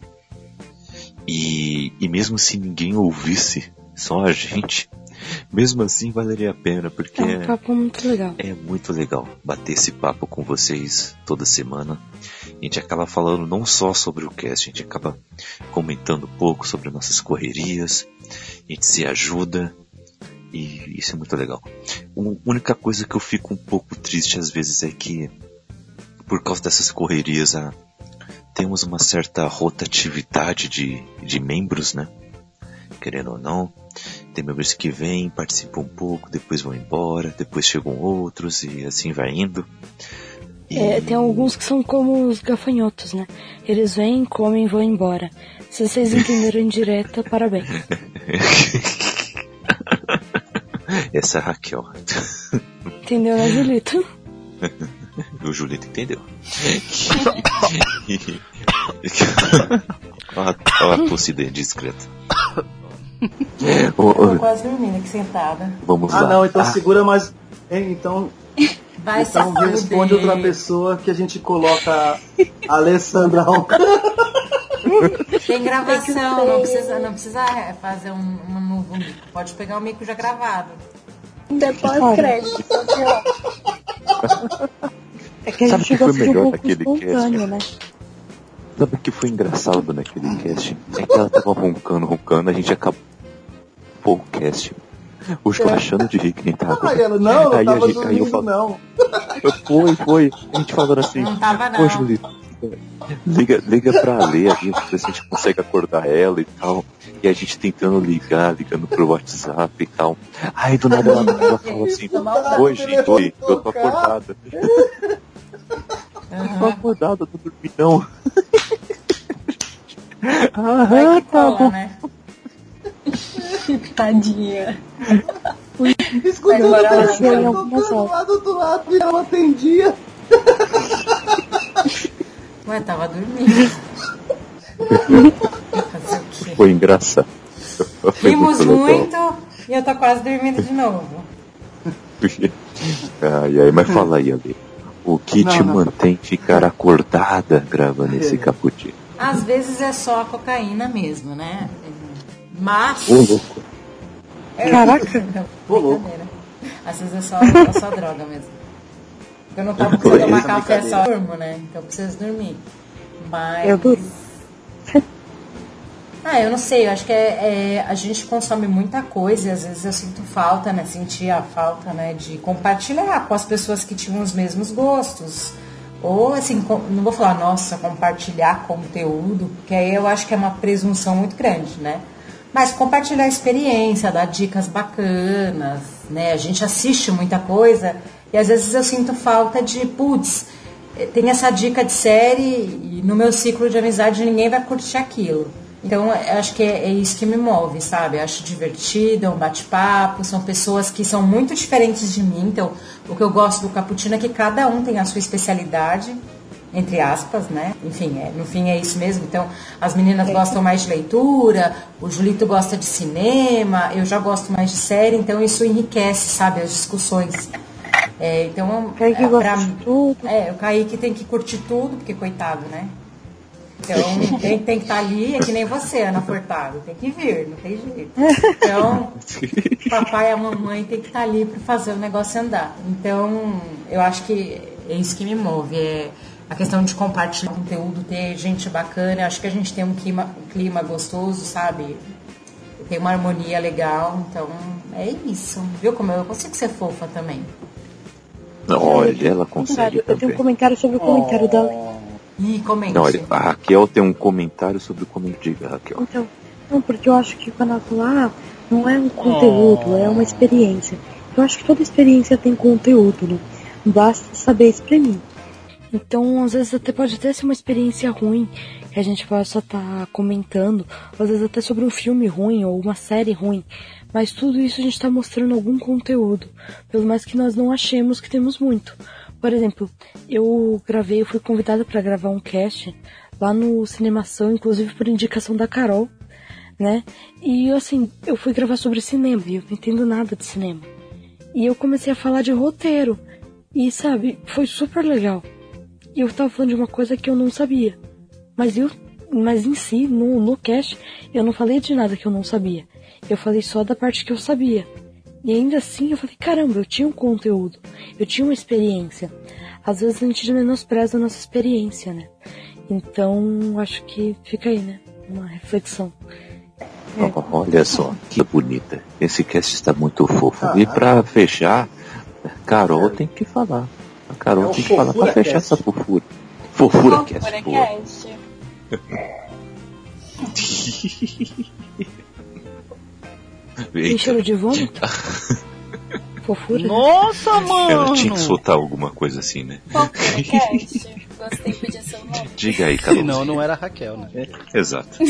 e, e mesmo se ninguém ouvisse, só a gente, mesmo assim valeria a pena, porque É um papo muito legal. é muito legal bater esse papo com vocês toda semana. A gente acaba falando não só sobre o cast, a gente acaba comentando um pouco sobre nossas correrias, a gente se ajuda E isso é muito legal. A única coisa que eu fico um pouco triste às vezes é que, por causa dessas correrias, a, temos uma certa rotatividade de, de membros, né? Querendo ou não, tem membros que vêm, participam um pouco, depois vão embora, depois chegam outros e assim vai indo. E... É, tem alguns que são como os gafanhotos, né? Eles vêm, comem e vão embora. Se vocês entenderam em direta, parabéns. Essa é a Raquel. Entendeu, né, Julito? O Julito entendeu. Olha a tosse discreta. Eu tô quase dormindo aqui sentada. Vamos ah, lá. não, então ah. segura mais. Então, Vai então responde outra pessoa que a gente coloca a Alessandra Alcântara. Tem gravação, não precisa, não precisa fazer um, um novo mico. Pode pegar o mico já gravado. Depois crédito. É que a Sabe gente que foi gosta de um melhor pouco naquele espontâneo, cast? né? Sabe o que foi engraçado naquele cast? É que ela tava roncando, roncando, a gente acabou o cast. O Ju achando de rir que nem tava. Ah, ela, não, aí não tava a gente, aí eu dormindo, falo, não. Foi, foi. A gente falando assim, Não tava, não. Ô, Julito, liga, liga pra Lê, a gente, ver se a gente consegue acordar ela e tal. E a gente tentando ligar, ligando pro WhatsApp e tal. Aí do nada ela, ela fala assim, oi, gente, oi, eu tô acordada. Uhum. Tô acordada, tô dormindo não. Vai que cola, né? Tadinha. Escutando o Agora ela telefone foi algumas tocando horas. lá do outro lado e ela atendia. Ué, tava dormindo. Fazer o quê? Foi engraçado. Foi Rimos muito legal. muito e eu tô quase dormindo de novo. Ai, ai, mas fala aí, Ale. O que Não, te não. mantém ficar acordada gravando esse É. cappuccino? Às vezes é só a cocaína mesmo, né? Mas. Ô, louco. É, Caraca. não, Ô, louco. brincadeira. Às vezes é só, é só droga mesmo. Eu não tava precisando tomar Essa café, brincadeira. só durmo, né? Então eu preciso dormir. Mas. Eu durmo. Ah, eu não sei, eu acho que é, é, a gente consome muita coisa e às vezes eu sinto falta, né? Sentir a falta, né? De compartilhar com as pessoas que tinham os mesmos gostos. Ou assim, com- não vou falar, nossa, compartilhar conteúdo, porque aí eu acho que é uma presunção muito grande, né? Mas compartilhar a experiência, dar dicas bacanas, né? A gente assiste muita coisa e às vezes eu sinto falta de, putz, tem essa dica de série e no meu ciclo de amizade ninguém vai curtir aquilo. Então, eu acho que é, é isso que me move, sabe? Eu acho divertido, é um bate-papo, são pessoas que são muito diferentes de mim. Então, o que eu gosto do cappuccino é que cada um tem a sua especialidade, entre aspas, né? Enfim, é, no fim é isso mesmo. Então, as meninas gostam mais de leitura, o Julito gosta de cinema, eu já gosto mais de série, então isso enriquece, sabe, as discussões. É, então, Kaique é, gosta pra- de tudo. é, o Kaique tem que curtir tudo, porque coitado, né? Então, tem, tem que estar ali, é que nem você, Ana Furtado, tem que vir, não tem jeito. Então, o papai e a mamãe tem que estar ali para fazer o negócio andar. Então, eu acho que é isso que me move, é a questão de compartilhar conteúdo, ter gente bacana, eu acho que a gente tem um clima, um clima gostoso, sabe? Tem uma harmonia legal, então é isso. Viu como eu consigo ser fofa também? Olha, ela consegue Eu tenho um também. comentário sobre o comentário da. Ih, comente. Não, olha, a Raquel tem um comentário sobre o comentário. Diga, Raquel. Então, não, porque eu acho que quando ela fala, ah, não é um conteúdo, é uma experiência. Eu acho que toda experiência tem conteúdo, né? Basta saber exprimir. Então, às vezes até pode até ser uma experiência ruim, que a gente possa estar comentando, ou às vezes até sobre um filme ruim ou uma série ruim. Mas tudo isso a gente está mostrando algum conteúdo, pelo mais que nós não achemos que temos muito. Por exemplo, eu gravei, eu fui convidada para gravar um cast lá no Cinemação, inclusive por indicação da Carol, né? E assim, eu fui gravar sobre cinema e eu não entendo nada de cinema. E eu comecei a falar de roteiro. E sabe, foi super legal. E eu tava falando de uma coisa que eu não sabia. Mas eu, mas em si, no, no cast, eu não falei de nada que eu não sabia. Eu falei só da parte que eu sabia. E ainda assim eu falei, caramba, eu tinha um conteúdo, eu tinha uma experiência. Às vezes a gente menospreza a nossa experiência, né? Então, acho que fica aí, né? Uma reflexão. Oh, olha só, que bonita. Esse cast está muito fofo. Ah, e pra fechar, Carol é. tem que falar. A Carol é tem que falar pra fechar cast. Essa fofura. Fofura cast. Fofura cast. Tem cheiro de vômito? Fofura. Nossa, mano! Ela tinha que soltar alguma coisa assim, né? Fofura cast. Gostei, podia ser o nome. Diga aí, Carol. Não, não era a Raquel, né? É, exato.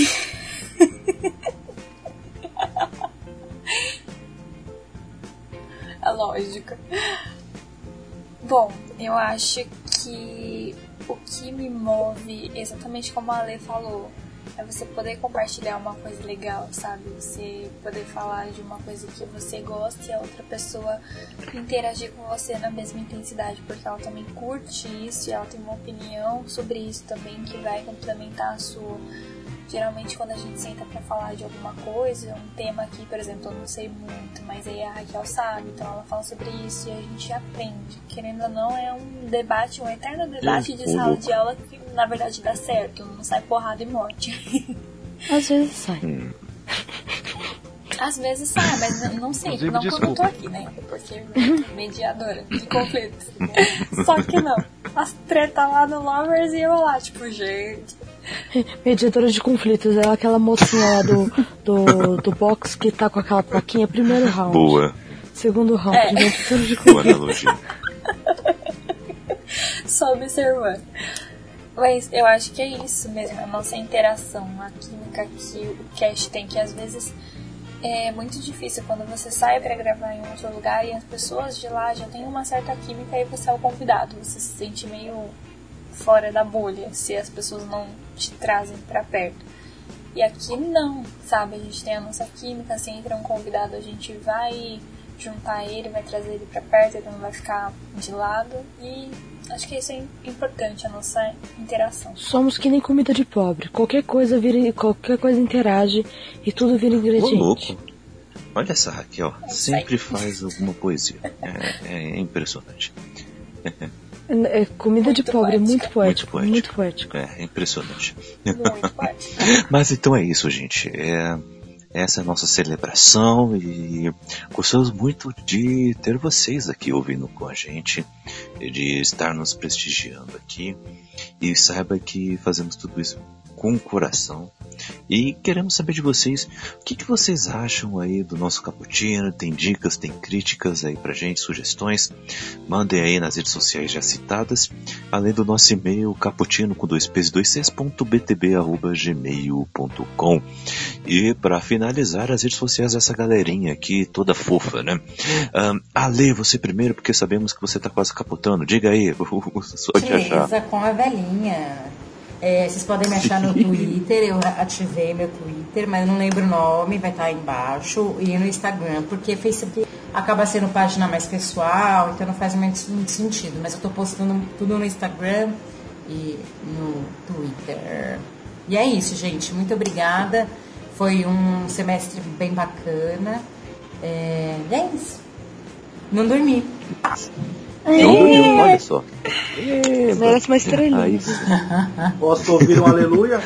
A lógica. Bom, eu acho que o que me move, exatamente como a Ale falou, é você poder compartilhar uma coisa legal, sabe? Você poder falar de uma coisa que você gosta e a outra pessoa interagir com você na mesma intensidade, porque ela também curte isso e ela tem uma opinião sobre isso também que vai complementar a sua. Geralmente quando a gente senta pra falar de alguma coisa, um tema aqui, por exemplo, eu não sei muito, mas aí a Raquel sabe, então ela fala sobre isso e a gente aprende. Querendo ou não, é um debate, um eterno debate de sala de aula que na verdade dá certo, não sai porrada e morte. Às vezes sai. Hum. Às vezes sai, mas não sei, não quando eu tô aqui, né? Porque mediadora de conflitos. Só que não. As tretas lá no Lovers e eu lá, tipo, gente. Mediadora de conflitos, é aquela mocinha lá do, do, do box que tá com aquela plaquinha, primeiro round. Boa. Segundo round, é. mediadora de Boa conflitos. analogia. Só observando. Mas eu acho que é isso mesmo, a nossa interação, a química que o cast tem, que às vezes é muito difícil quando você sai pra gravar em outro lugar e as pessoas de lá já têm uma certa química e você é o convidado, você se sente meio fora da bolha se as pessoas não te trazem pra perto. E aqui não, sabe? A gente tem a nossa química, se entra um convidado, a gente vai juntar ele, vai trazer ele pra perto, ele não vai ficar de lado. E acho que isso é importante, a nossa interação. Somos que nem comida de pobre. Qualquer coisa vira, qualquer coisa interage e tudo vira ingrediente. Ô, louco. Olha essa Raquel, É sempre faz alguma poesia. É, é impressionante. É, comida Muito de pobre, é muito poético, Muito muito poético. É, é impressionante. Muito poético. Mas então é isso, gente. É, essa é a nossa celebração e gostamos muito de ter vocês aqui ouvindo com a gente, de estar nos prestigiando aqui. E saiba que fazemos tudo isso com o coração. E queremos saber de vocês o que, que vocês acham aí do nosso cappuccino. Tem dicas, tem críticas aí pra gente, sugestões. Mandem aí nas redes sociais já citadas, além do nosso e-mail cappuccino com dois p's dois c's ponto b t b arroba gmail ponto com. E para finalizar as redes sociais dessa galerinha aqui toda fofa, né? Um, Ale, você primeiro, porque sabemos que você tá quase capotando. Diga aí, só te achar. Beleza, com a velhinha. É, vocês podem me achar no Twitter, eu ativei meu Twitter, mas não lembro o nome, vai estar aí embaixo, e no Instagram, porque Facebook acaba sendo página mais pessoal, então não faz muito sentido, mas eu tô postando tudo no Instagram e no Twitter. E é isso, gente, muito obrigada, foi um semestre bem bacana, é, e é isso, não dormi. Não dormiu, olha só. Merece uma estrelinha. Aí, Posso ouvir um aleluia?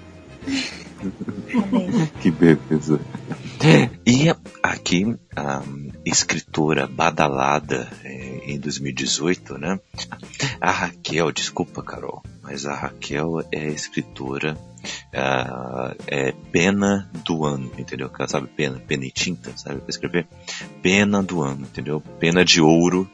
que beleza. E aqui, a escritora badalada é, em dois mil e dezoito, né? A Raquel, desculpa, Carol, mas a Raquel é a escritora, a, é pena do ano, entendeu? Sabe, pena, pena e tinta, sabe? Pra escrever pena do ano, entendeu? Pena de ouro.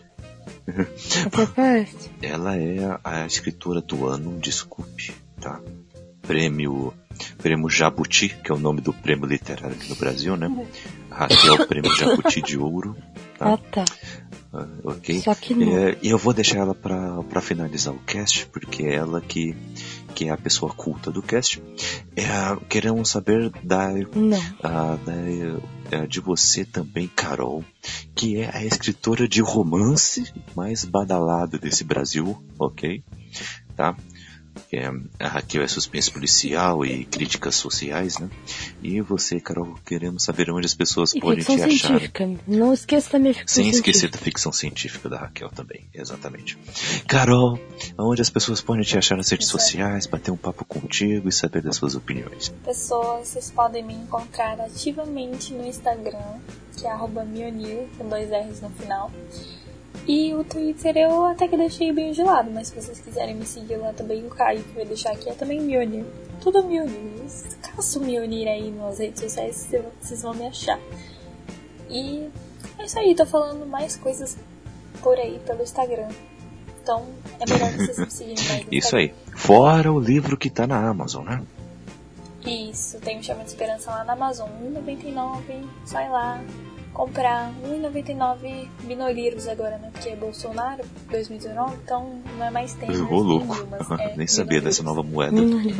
Ela é a escritora do ano, desculpe, tá? Prêmio, prêmio Jabuti, que é o nome do prêmio literário aqui no Brasil, né? Raquel, prêmio Jabuti de ouro. Tá? Ah, tá. Uh, ok? Só que não. É, e eu vou deixar ela pra, pra finalizar o cast, porque é ela que, que é a pessoa culta do cast. É, queremos saber da, a, da, de você também, Carol, que é a escritora de romance mais badalada desse Brasil, ok? Tá? É, a Raquel é suspense policial e críticas sociais, né? E você, Carol, queremos saber onde as pessoas e podem te achar. Ficção científica. Não esqueça da minha ficção Sem científica. esquecer da ficção científica da Raquel também, exatamente. Carol, onde as pessoas podem te achar nas redes Isso é. sociais, bater um papo contigo e saber das suas opiniões. Pessoas, vocês podem me encontrar ativamente no Instagram, que é arroba Mionir, com dois R's no final. E o Twitter eu até que deixei bem de lado, mas se vocês quiserem me seguir lá também, o Caio que vai deixar aqui é também Mionir. Tudo Mionir. Caço Mionir aí nas redes sociais, vocês vão me achar. E é isso aí, tô falando mais coisas por aí pelo Instagram. Então é melhor vocês me seguirem mais no Isso Instagram. aí. Fora o livro que tá na Amazon, né? Isso, tem o Chama de Esperança lá na Amazon, um real e noventa e nove centavos, sai lá comprar, um real e noventa e nove centavos binolírios agora, né, porque é Bolsonaro, dois mil e dezenove, então não é mais tempo. Ô, louco, é, nem sabia dessa nova moeda.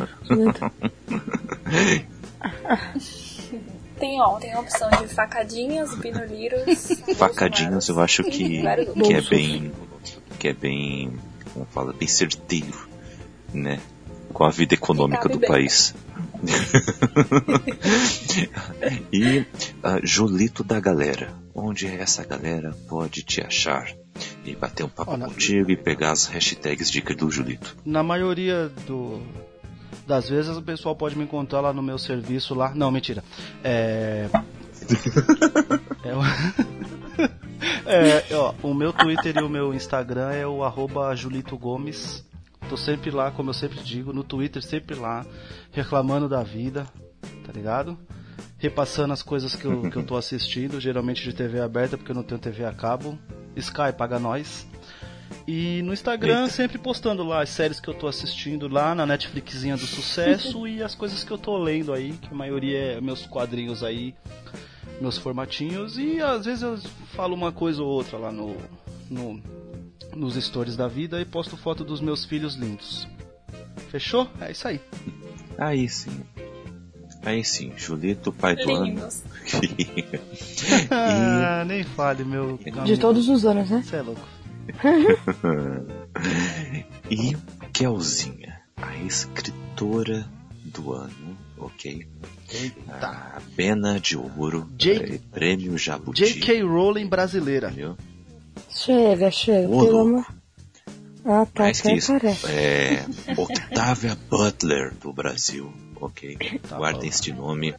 Tem, ó, tem a opção de facadinhas, binolírios. Facadinhas eu acho que, que é bem, que é bem, como fala, bem certeiro, né, com a vida econômica do bem. País. E uh, Julito da galera, onde essa galera pode te achar e bater um papo oh, contigo na... e pegar as hashtags dicas do Julito? Na maioria do... das vezes o pessoal pode me encontrar lá no meu serviço lá. Não, mentira. É. é, é ó, o meu Twitter e o meu Instagram é o arroba Julito Gomes. Tô sempre lá, como eu sempre digo, no Twitter, sempre lá, reclamando da vida, tá ligado? Repassando as coisas que eu, que eu tô assistindo, geralmente de T V aberta, porque eu não tenho T V a cabo. Sky paga nós. E no Instagram, Eita. sempre postando lá as séries que eu tô assistindo lá na Netflixinha do sucesso e as coisas que eu tô lendo aí, que a maioria é meus quadrinhos aí, meus formatinhos. E às vezes eu falo uma coisa ou outra lá no... no nos stories da vida e posto foto dos meus filhos lindos. Fechou? É isso aí. Aí sim. Aí sim, Julito, pai do ano. Ah, nem fale, meu De amigo. todos os anos, né? Você é louco. E Kelzinha, a escritora do ano, ok? Eita. A Pena de Ouro, J... Prêmio Jabuti. J K. Rowling brasileira. Viu? Chega, chega, Ô, pelo amor. Ah, tá, mais que isso, parece. é Octavia Butler do Brasil, ok? Tá Guardem bom. este nome.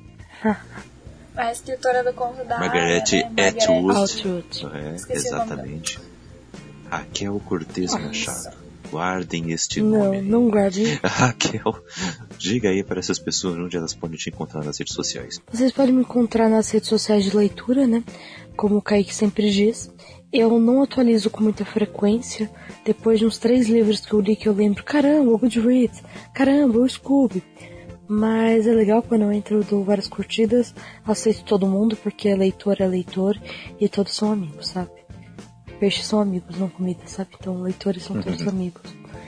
A escritora do conto da Margaret né? Atwood. Atwood. É, Esqueci exatamente. Raquel Cortez Machado. Guardem este Não, nome. não guarde. Raquel, diga aí para essas pessoas onde elas podem te encontrar nas redes sociais. Vocês podem me encontrar nas redes sociais de leitura, né? Como o Kaique sempre diz. Eu não atualizo com muita frequência. Depois de uns três livros que eu li que eu lembro, caramba, o Goodreads, caramba, o Scooby. Mas é legal quando eu entro, eu dou várias curtidas, aceito todo mundo, porque leitor é leitor e todos são amigos, sabe? Peixes são amigos, não comida, sabe? Então leitores são todos amigos.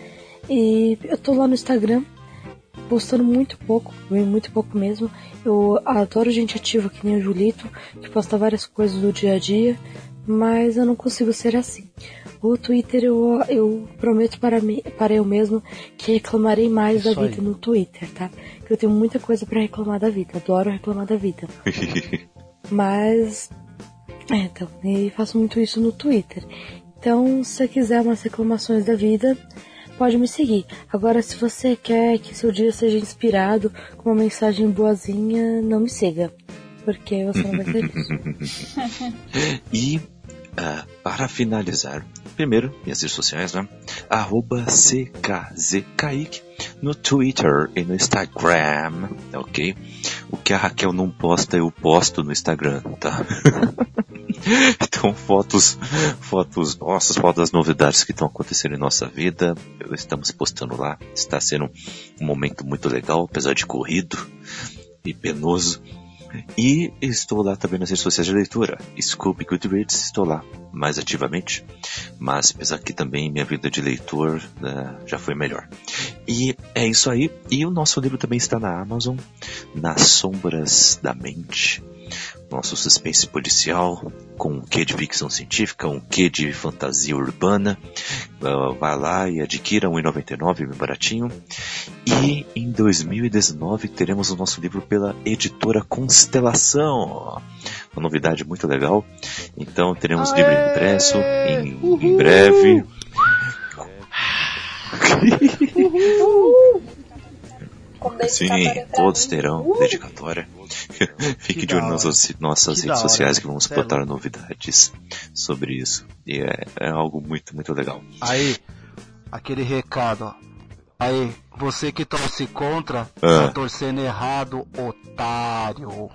E eu tô lá no Instagram, postando muito pouco, muito pouco mesmo. Eu adoro gente ativa que nem o Julito, que posta várias coisas do dia a dia, mas eu não consigo ser assim. O Twitter eu, eu prometo para, mim, para eu mesmo que reclamarei mais Isso da vida aí. No Twitter, tá? Porque eu tenho muita coisa para reclamar da vida, adoro reclamar da vida. Mas, é, então, e faço muito isso no Twitter. Então, se você quiser umas reclamações da vida, pode me seguir. Agora, se você quer que seu dia seja inspirado com uma mensagem boazinha, não me siga, porque você não vai ter isso. E Uh, para finalizar, primeiro, minhas redes sociais, né? Arroba C K Z Kaique no Twitter e no Instagram, ok? O que a Raquel não posta, eu posto no Instagram, tá? Então, fotos, fotos nossas, fotos das novidades que estão acontecendo em nossa vida, estamos postando lá. Está sendo um momento muito legal, apesar de corrido e penoso. E estou lá também nas redes sociais de leitura, Scooby Goodreads, estou lá mais ativamente, mas apesar que também minha vida de leitor né, já foi melhor. E é isso aí, e o nosso livro também está na Amazon, Nas Sombras da Mente, nosso suspense policial, com um quê de ficção científica, um quê de fantasia urbana. Uh, vai lá e adquira um real e noventa e nove centavos, bem baratinho. E em dois mil e dezenove teremos o nosso livro pela editora Constelação. Uma novidade muito legal. Então teremos Aê! livro impresso em, em breve. Sim, todos terão dedicatória. Fique de olho nas nossas redes sociais que vamos botar novidades sobre isso. E é, é algo muito, muito legal. Aí, aquele recado, ó. Aí, você que torce contra, ah. tá torcendo errado, otário.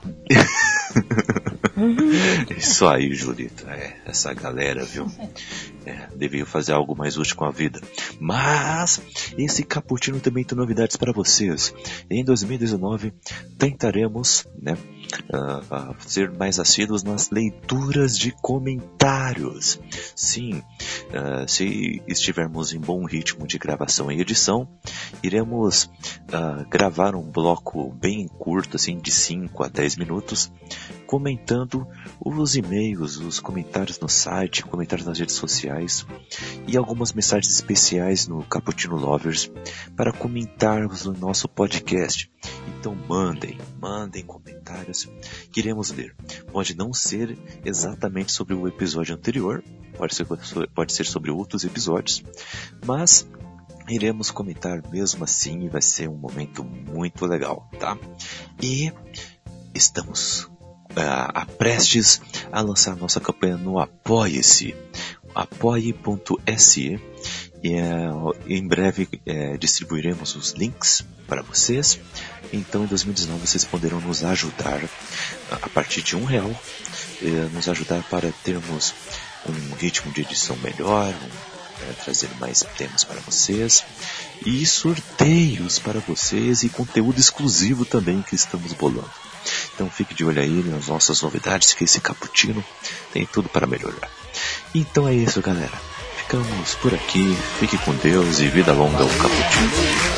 Isso aí, Julita. É, essa galera, viu? É, devia fazer algo mais útil com a vida. Mas esse Cappuccino também tem novidades para vocês. Em dois mil e dezenove tentaremos, né, uh, uh, ser mais assíduos nas leituras de comentários. Sim, uh, se estivermos em bom ritmo de gravação e edição, iremos uh, gravar um bloco bem curto, assim, de cinco a dez minutos, comentando os e-mails, os comentários no site, comentários nas redes sociais e algumas mensagens especiais no Cappuccino Lovers para comentarmos no nosso podcast. Então mandem, mandem comentários que iremos ler. Pode não ser exatamente sobre o episódio anterior, pode ser, pode ser sobre outros episódios, mas iremos comentar mesmo assim e vai ser um momento muito legal, tá? E estamos uh, a prestes a lançar nossa campanha no Apoie-se, apoie.se, e uh, em breve uh, distribuiremos os links para vocês. Então em dois mil e dezenove vocês poderão nos ajudar uh, a partir de um real, uh, nos ajudar para termos um ritmo de edição melhor, um trazer mais temas para vocês e sorteios para vocês e conteúdo exclusivo também que estamos bolando. Então fique de olho aí nas nossas novidades, que esse Cappuccino tem tudo para melhorar. Então é isso, galera. Ficamos por aqui. Fique com Deus e vida longa ao Cappuccino.